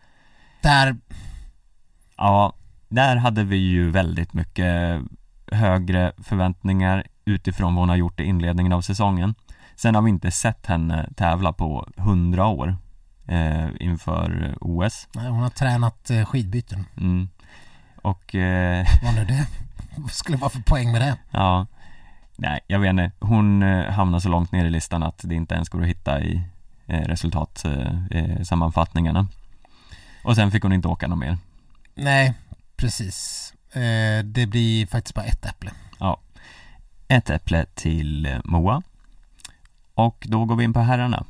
Där hade vi ju väldigt mycket högre förväntningar utifrån vad hon har gjort i inledningen av säsongen. Sen har vi inte sett henne tävla på 100 år inför OS. Nej, hon har tränat skidbyten. Mm. Och vad nu det? Vad skulle vara för poäng med det? ja, nej, jag vet inte. Hon hamnar så långt ner i listan att det inte ens går att hitta i resultatsammanfattningarna. Och sen fick hon inte åka någon mer. Nej, precis. Det blir faktiskt bara ett äpple. Ja, ett äpple till Moa. Och då går vi in på herrarna.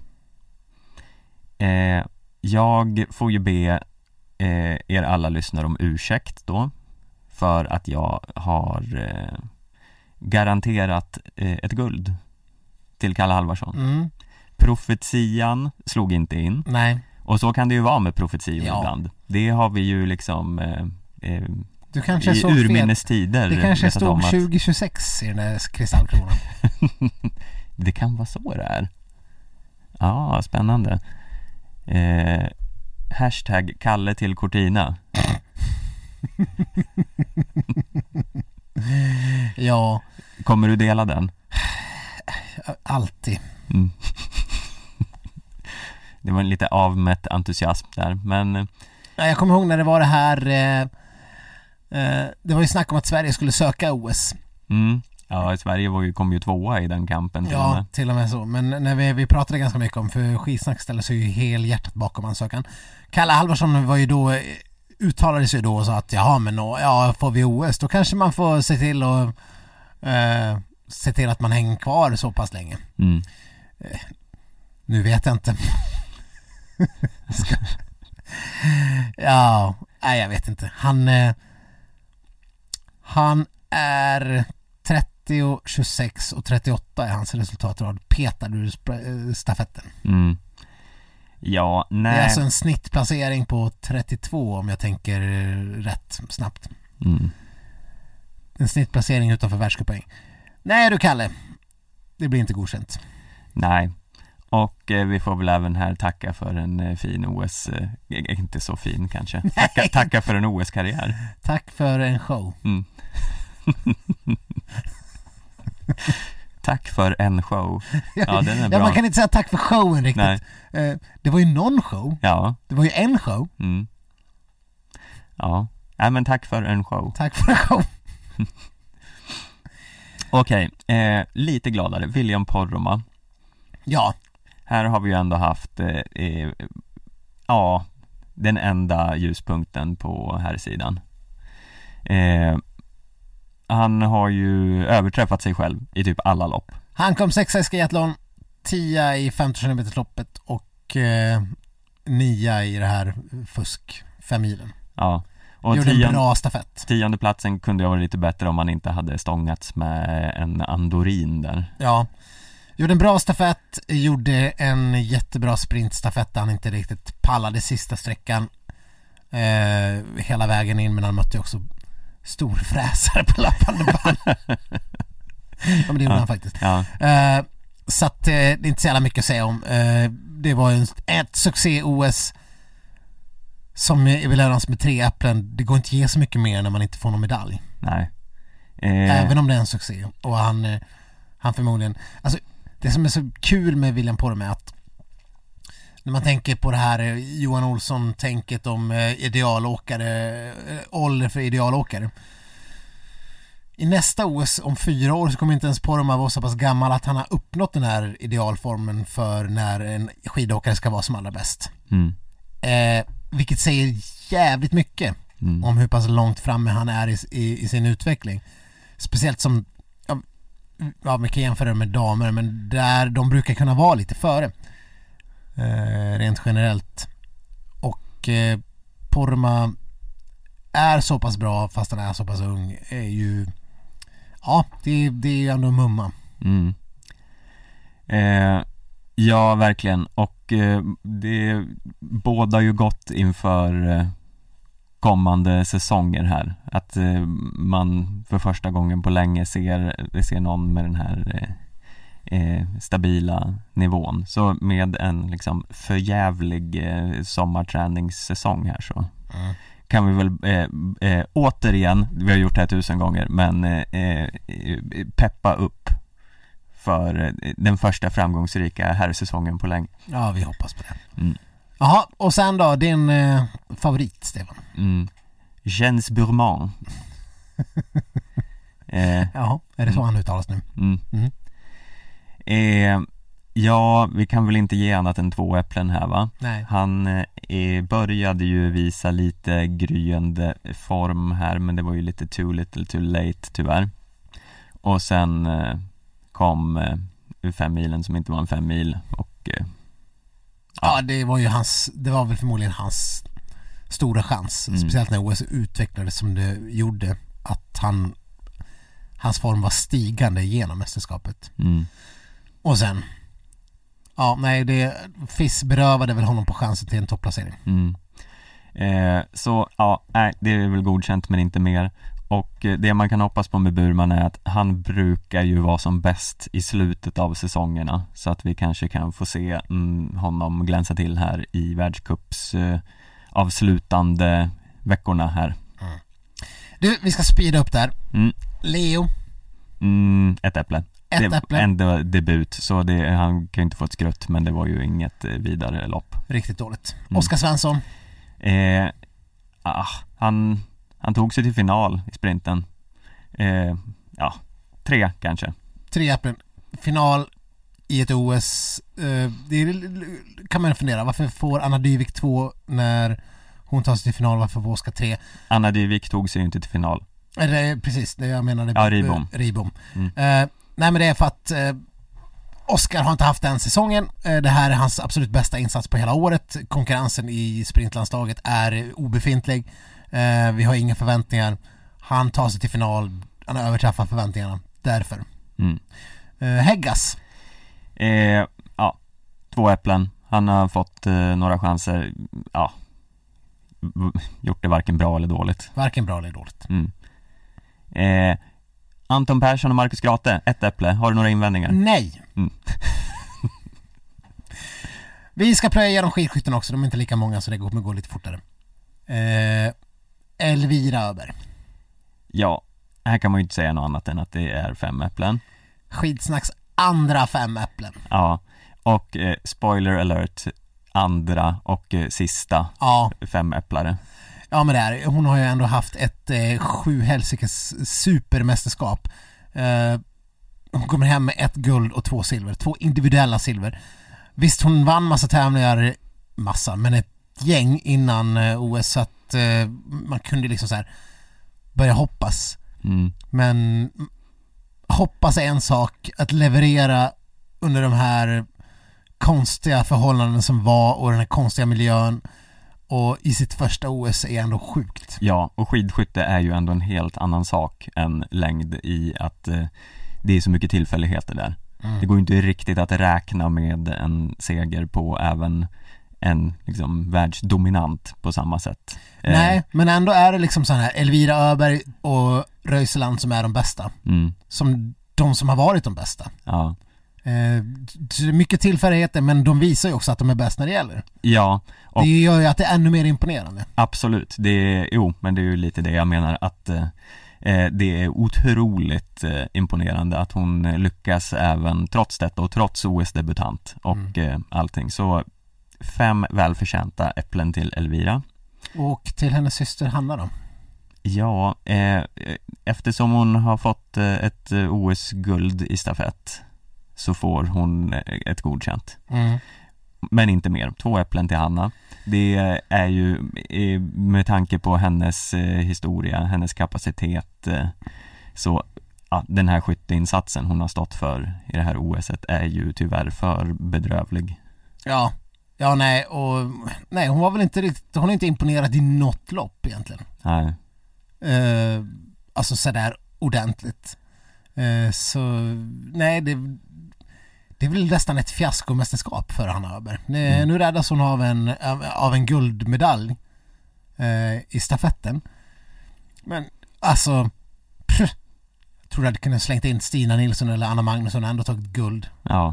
Jag får ju be er alla lyssnare om ursäkt då, för att jag har garanterat ett guld till Kalle Halvarsson. Profetian slog inte in. Nej. Och så kan det ju vara med profetior ibland. Det har vi ju liksom du kanske i urminnes tider. Det kanske stod 2026 i den där kristallkronan. Det kan vara så det är. Ja, spännande. Hashtag Kalle till Cortina. Ja. Kommer du dela den? Alltid. Det var en lite avmätt entusiasm där, men jag kommer ihåg när det var det här det var ju snack om att Sverige skulle söka OS. Ja, Sverige kom ju tvåa i den kampen till och med så. Men när vi pratade ganska mycket om, för Skitsnack ställer sig ju helhjärtat bakom ansökan. Kalle Halvarsson var ju då, uttalade sig då och sa att får vi OS då kanske man får se till att man hänger kvar så pass länge. Nu vet jag inte. Jag vet inte. Han är 30, 26 och 38 är hans resultatrad. Petad ur stafetten. Ja, nej. Det är alltså en snittplacering på 32 om jag tänker rätt snabbt. En snittplacering utanför världscuppoäng. Nej du Kalle, det blir inte godkänt. Nej. Och vi får väl även här tacka för en fin OS, inte så fin kanske. Tacka för en OS-karriär. Tack för en show. Tack för en show. Ja, den är bra. Man kan inte säga tack för showen riktigt. Det var ju någon show. Ja. Det var ju en show. Ja, men tack för en show. Tack för en show. Okej, lite gladare. William Poromaa. Ja. Här har vi ju ändå haft den enda ljuspunkten på här sidan. Han har ju överträffat sig själv i typ alla lopp. Han kom 6 i skiathlon, 10 i 50 km-loppet och 9 i det här fusk 5 milen. Ja. Och gjorde en bra stafett. 10:e platsen kunde jag vara lite bättre om man inte hade stångats med en andorin där. Ja. Gjorde en bra stafett, gjorde en jättebra sprintstafett där han inte riktigt pallade sista sträckan hela vägen in, men han mötte också storfräsare på löpande band. Ja, men det gjorde han faktiskt. Ja. Så att det är inte så jävla mycket att säga om. Det var ett succé-OS som är belönats med 3 äpplen. Det går inte att ge så mycket mer när man inte får någon medalj. Nej. Även om det är en succé. Och han förmodligen... Alltså, det som är så kul med William Poromaa är att när man tänker på det här Johan Olsson-tänket om idealåkare, ålder för idealåkare. I nästa OS om 4 år så kommer inte ens Poromaa vara så pass gammal att han har uppnått den här idealformen för när en skidåkare ska vara som allra bäst. Vilket säger jävligt mycket om hur pass långt framme han är i sin utveckling. Speciellt som man kan jämföra med damer, men där de brukar kunna vara lite före rent generellt. Och Poromaa är så pass bra fast han är så pass ung är ju det är ju ändå mumma. Ja, verkligen. Och det bådar ju gott inför kommande säsonger här. Att man för första gången på länge ser någon med den här stabila nivån. Så med en liksom förjävlig sommarträningssäsong här så kan vi väl återigen, vi har gjort det här 1000 gånger, men peppa upp för den första framgångsrika herrsäsongen på länge. Ja, vi hoppas på det. Jaha, och sen då din favorit, Stefan? Jens Burman. Ja, är det så han uttalas nu? Ja, vi kan väl inte ge annat än 2 äpplen här, va? Nej. Han började ju visa lite gryende form här, men det var ju lite too little too late tyvärr. Och sen kom 5 milen som inte var en 5 mil och ja, det var väl förmodligen hans stora chans, speciellt när OS utvecklades som det gjorde, att hans form var stigande genom mästerskapet. Och sen FIS berövade väl honom på chansen till en topplacering. Så ja, det är väl godkänt men inte mer. Och det man kan hoppas på med Burman är att han brukar ju vara som bäst i slutet av säsongerna, så att vi kanske kan få se honom glänsa till här i världscups avslutande veckorna här. Du, vi ska speeda upp där. Leo. Ett äpple. Ett äpple. En debut, så han kan ju inte få ett skrutt, men det var ju inget vidare lopp. Riktigt dåligt. Oskar Svensson. Han tog sig till final i sprinten. 3 kanske. 3 äpplen. Final i ett OS. Det kan man fundera. Varför får Anna Dyvik 2 när hon tar sig till final? Varför får Oskar 3? Anna Dyvik tog sig ju inte till final. Precis, det jag menade. Ja, Ribom. Nej, men det är för att Oskar har inte haft den säsongen. Det här är hans absolut bästa insats på hela året. Konkurrensen i sprintlandslaget är obefintlig. Vi har inga förväntningar. Han tar sig till final. Han har överträffat förväntningarna. Därför. Häggas. 2 äpplen. Han har fått några chanser. Gjort det varken bra eller dåligt. Anton Persson och Marcus Grate, 1 äpple. Har du några invändningar? Nej. Vi ska plöja igenom skidskytten också. De är inte lika många, så det kommer gå lite fortare. Elvira Öberg. Ja, här kan man ju inte säga något annat än att det är 5 äpplen. Skidsnacks andra 5 äpplen. Ja, och spoiler alert, andra och sista 5 äpplare. Ja, men det är, hon har ju ändå haft ett 7 helsikes supermästerskap. Hon kommer hem med 1 guld och 2 silver. 2 individuella silver. Visst, hon vann massa tävlingar, men ett gäng innan OS, så att man kunde liksom så här börja hoppas. Men hoppas är en sak, att leverera under de här konstiga förhållanden som var och den här konstiga miljön och i sitt första OS är ändå sjukt. Ja, och skidskytte är ju ändå en helt annan sak än längd, i att det är så mycket tillfälligheter där. Det går ju inte riktigt att räkna med en seger på även en liksom världsdominant på samma sätt. Nej, men ändå är det liksom så här Elvira Öberg och Röiseland som är de bästa. Som de som har varit de bästa. Ja. Mycket tillfälligheter, men de visar ju också att de är bäst när det gäller. Ja. Det gör ju att det är ännu mer imponerande. Absolut. Men det är ju lite det jag menar, att det är otroligt imponerande att hon lyckas även trots detta och trots OS-debutant och allting. Så 5 välförtjänta äpplen till Elvira. Och till hennes syster Hanna då? Ja, eftersom hon har fått ett OS-guld i stafett så får hon ett godkänt. Men inte mer. 2 äpplen till Hanna. Det är ju med tanke på hennes historia, hennes kapacitet, så den här skytteinsatsen hon har stått för i det här OS:et är ju tyvärr för bedrövlig. Ja, nej, hon var väl inte riktigt, hon är inte imponerad i något lopp egentligen. Nej. Alltså sådär ordentligt. Så nej, det är väl nästan ett fiaskomästerskap för Hanna Öberg. Nu räddas hon av en guldmedalj i stafetten. Men alltså jag tror att det kunde slängt in Stina Nilsson eller Anna Magnusson och ändå tagit guld. Ja.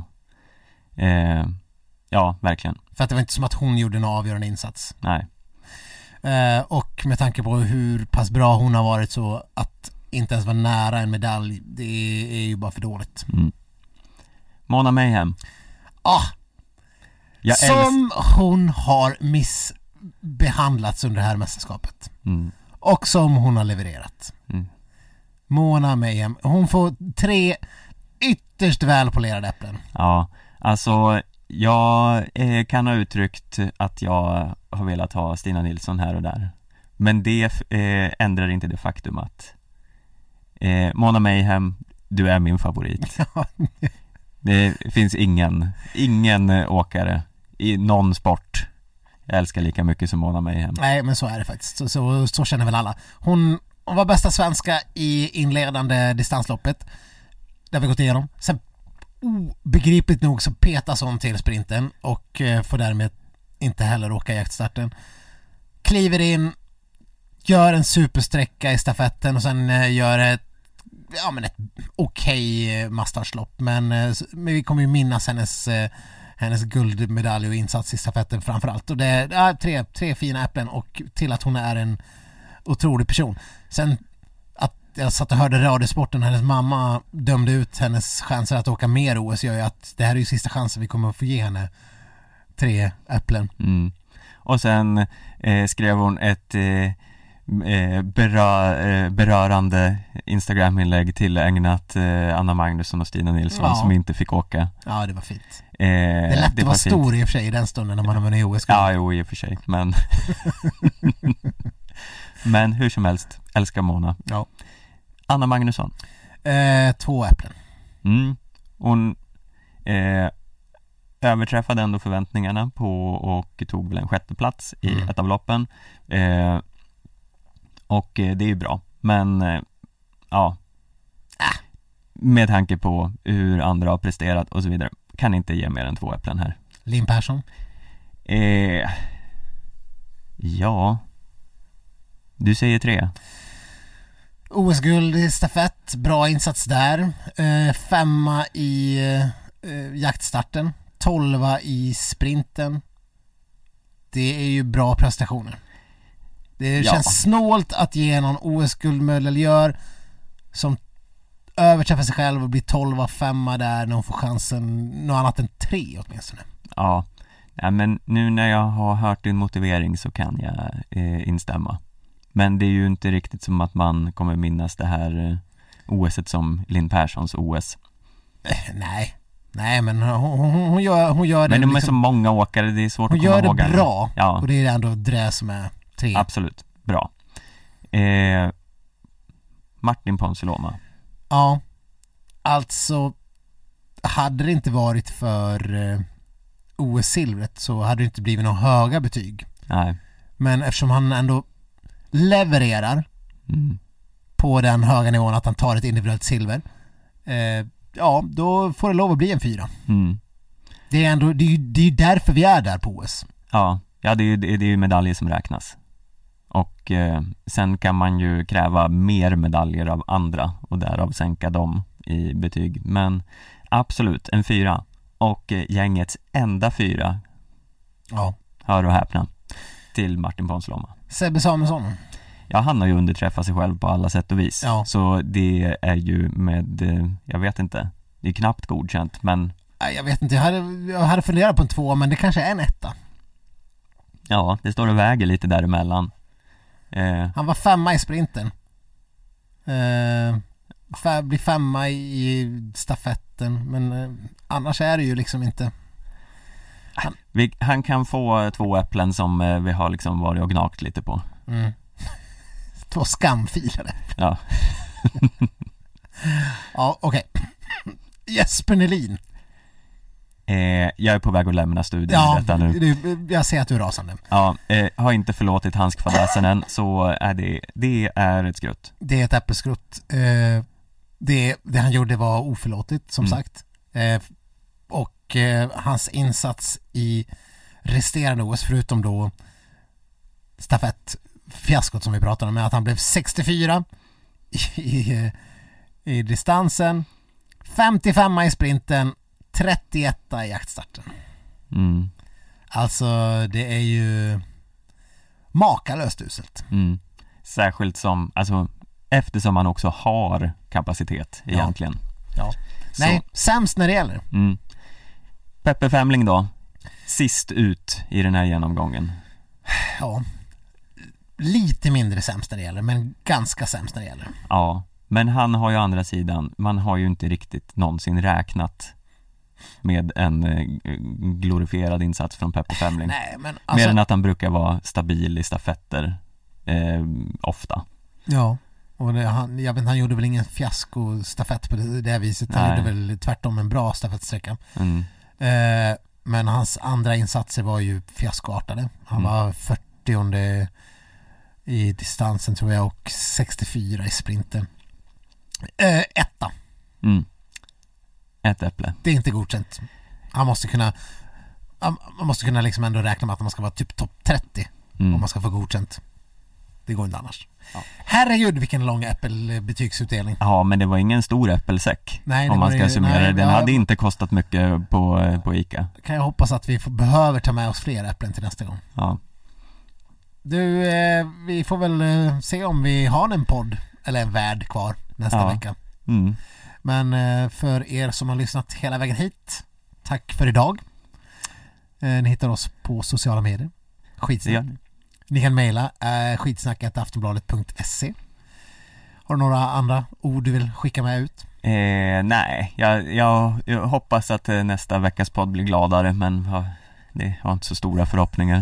Ja, verkligen. För att det var inte som att hon gjorde en avgörande insats. Nej. Och med tanke på hur pass bra hon har varit, så att inte ens vara nära en medalj, det är ju bara för dåligt. Mona Mayhem. Som hon har missbehandlats under det här mästerskapet. och som hon har levererat. Mona Mayhem, hon får 3 ytterst välpolerade äpplen. Ja, alltså jag kan ha uttryckt att jag har velat ha Stina Nilsson här och där. Men det ändrar inte det faktum att Mona Mayhem, du är min favorit. Det finns ingen åkare i någon sport jag älskar lika mycket som Mona Mayhem. Nej, men så är det faktiskt. Så känner väl alla. Hon var bästa svenska i inledande distansloppet. Det har vi gått igenom. Sen begripligt nog så petas hon till sprinten och får därmed inte heller åka i jaktstarten. Kliver in, gör en supersträcka i stafetten och sen gör ett okej masterslopp. Men vi kommer ju minnas hennes guldmedalj och insats i stafetten framförallt. Och det är tre fina äpplen och till att hon är en otrolig person. Sen att jag satt och hörde Radiosporten, hennes mamma dömde ut hennes chanser att åka mer OS, gör ju att det här är ju sista chansen vi kommer att få ge henne 3 äpplen. Och sen skrev hon ett berörande Instagram-inlägg tillägnat Anna Magnusson och Stina Nilsson som inte fick åka. Ja, det var fint. Det är lätt att vara stor i och för sig i den stunden när man har vunnit OS. Ja, jo, i och för sig. Men men hur som helst, älskar Mona. Ja. Anna Magnusson. 2 äpplen. Hon överträffade ändå förväntningarna på och tog väl en 6:e plats i ett av loppen. Och det är ju bra. Men med tanke på hur andra har presterat och så vidare, kan inte ge mer än 2 äpplen här. Linn Persson? Ja. Du säger 3. OS-guld i stafett, bra insats där. 5:a i jaktstarten, 12:a i sprinten. Det är ju bra prestationer. Det känns snålt att ge någon OS-guldmedaljör som överträffar sig själv och blir 12:a, 5:a där när hon får chansen något annat än 3 åtminstone. Ja, men nu när jag har hört din motivering så kan jag instämma. Men det är ju inte riktigt som att man kommer minnas det här OS:et som Linn Perssons OS. Nej, men hon gör det. Men de är så många åkare, det är svårt att komma ihåg. Hon gör det bra, och det är ändå det som är 3. Absolut, bra. Martin Ponsiluoma. Ja, alltså hade det inte varit för OS-silvret så hade det inte blivit några höga betyg. Nej. Men eftersom han ändå levererar på den höga nivån att han tar ett individuellt silver, då får det lov att bli en 4. Det är ändå, det är ju därför vi är där på OS. Ja, det är ju medaljer som räknas. Och sen kan man ju kräva mer medaljer av andra och därav sänka dem i betyg. Men absolut, en 4. Och gängets enda 4. Ja. Hör och häpna. Till Martin Ponsiluoma. Sebbe Samuelsson. Ja, han har ju underträffat sig själv på alla sätt och vis. Ja. Så det är ju med, jag vet inte, det är knappt godkänt, men... Jag vet inte, jag hade funderat på en 2, men det kanske är en 1. Ja, det står och väger lite däremellan. Han var 5:a i sprinten. Blir 5:a i stafetten, men annars är det ju liksom inte... Han kan få 2 äpplen som vi har liksom varit och gnagt lite på. 2 skamfilade. Ja. Ja, okej. Jesper Nelin. Jag är på väg att lämna studion i detta nu. Jag ser att du är rasande. Ja, har inte förlåtit handskfadäsen än, så är det är ett skrutt. Det är ett äppelskrutt. Det han gjorde var oförlåtligt, som sagt. Och hans insats i resterande OS, förutom då stafettfiaskot som vi pratade om, är att han blev 64 i distansen, 55 i sprinten, 31 i jaktstarten. Alltså det är ju makalöst uselt. Särskilt som, alltså eftersom han också har kapacitet egentligen. Ja. Nej, sämst när det gäller. Peppe Femling då, sist ut i den här genomgången. Ja. lite mindre sämst när det gäller, men ganska sämst när det gäller. Ja, men han har ju andra sidan, man har ju inte riktigt någonsin räknat med en glorifierad insats från Peppe Femling. Nej, men alltså, mer än att han brukar vara stabil i stafetter ofta. Ja, och han gjorde väl ingen fiasko-stafett på det viset. Han gjorde väl tvärtom en bra stafettsträcka. Men hans andra insatser var ju fiaskoartade. Han var 40 i distansen tror jag och 64 i sprinten. Etta. Ett äpple. Det är inte godkänt. Man måste kunna liksom ändå räkna med att man ska vara typ topp 30 om man ska få godkänt. Det går inte annars. Ja. Herregud, vilken lång äppelbetygsutdelning. Ja, men det var ingen stor äppelsäck. Nej, om man ska summera det. Den hade inte kostat mycket på Ica. Kan jag hoppas att vi behöver ta med oss fler äpplen till nästa gång. Ja. Du, vi får väl se om vi har en podd eller en värld kvar nästa vecka. Men för er som har lyssnat hela vägen hit, tack för idag. Ni hittar oss på sociala medier. Skitsnack. Ni kan mejla skitsnack@aftonbladet.se. Har du några andra ord du vill skicka med ut? Nej, jag hoppas att nästa veckas podd blir gladare, men det har inte så stora förhoppningar.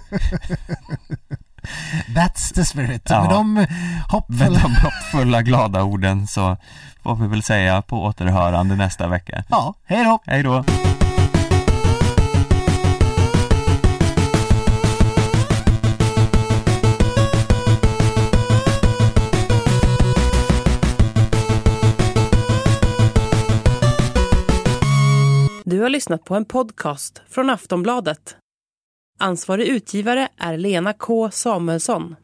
That's the spirit. Ja. Med de hoppfulla glada orden så får vi väl säga på återhörande nästa vecka. Ja, hej då! Hej då! Du har lyssnat på en podcast från Aftonbladet. Ansvarig utgivare är Lena K. Samuelsson.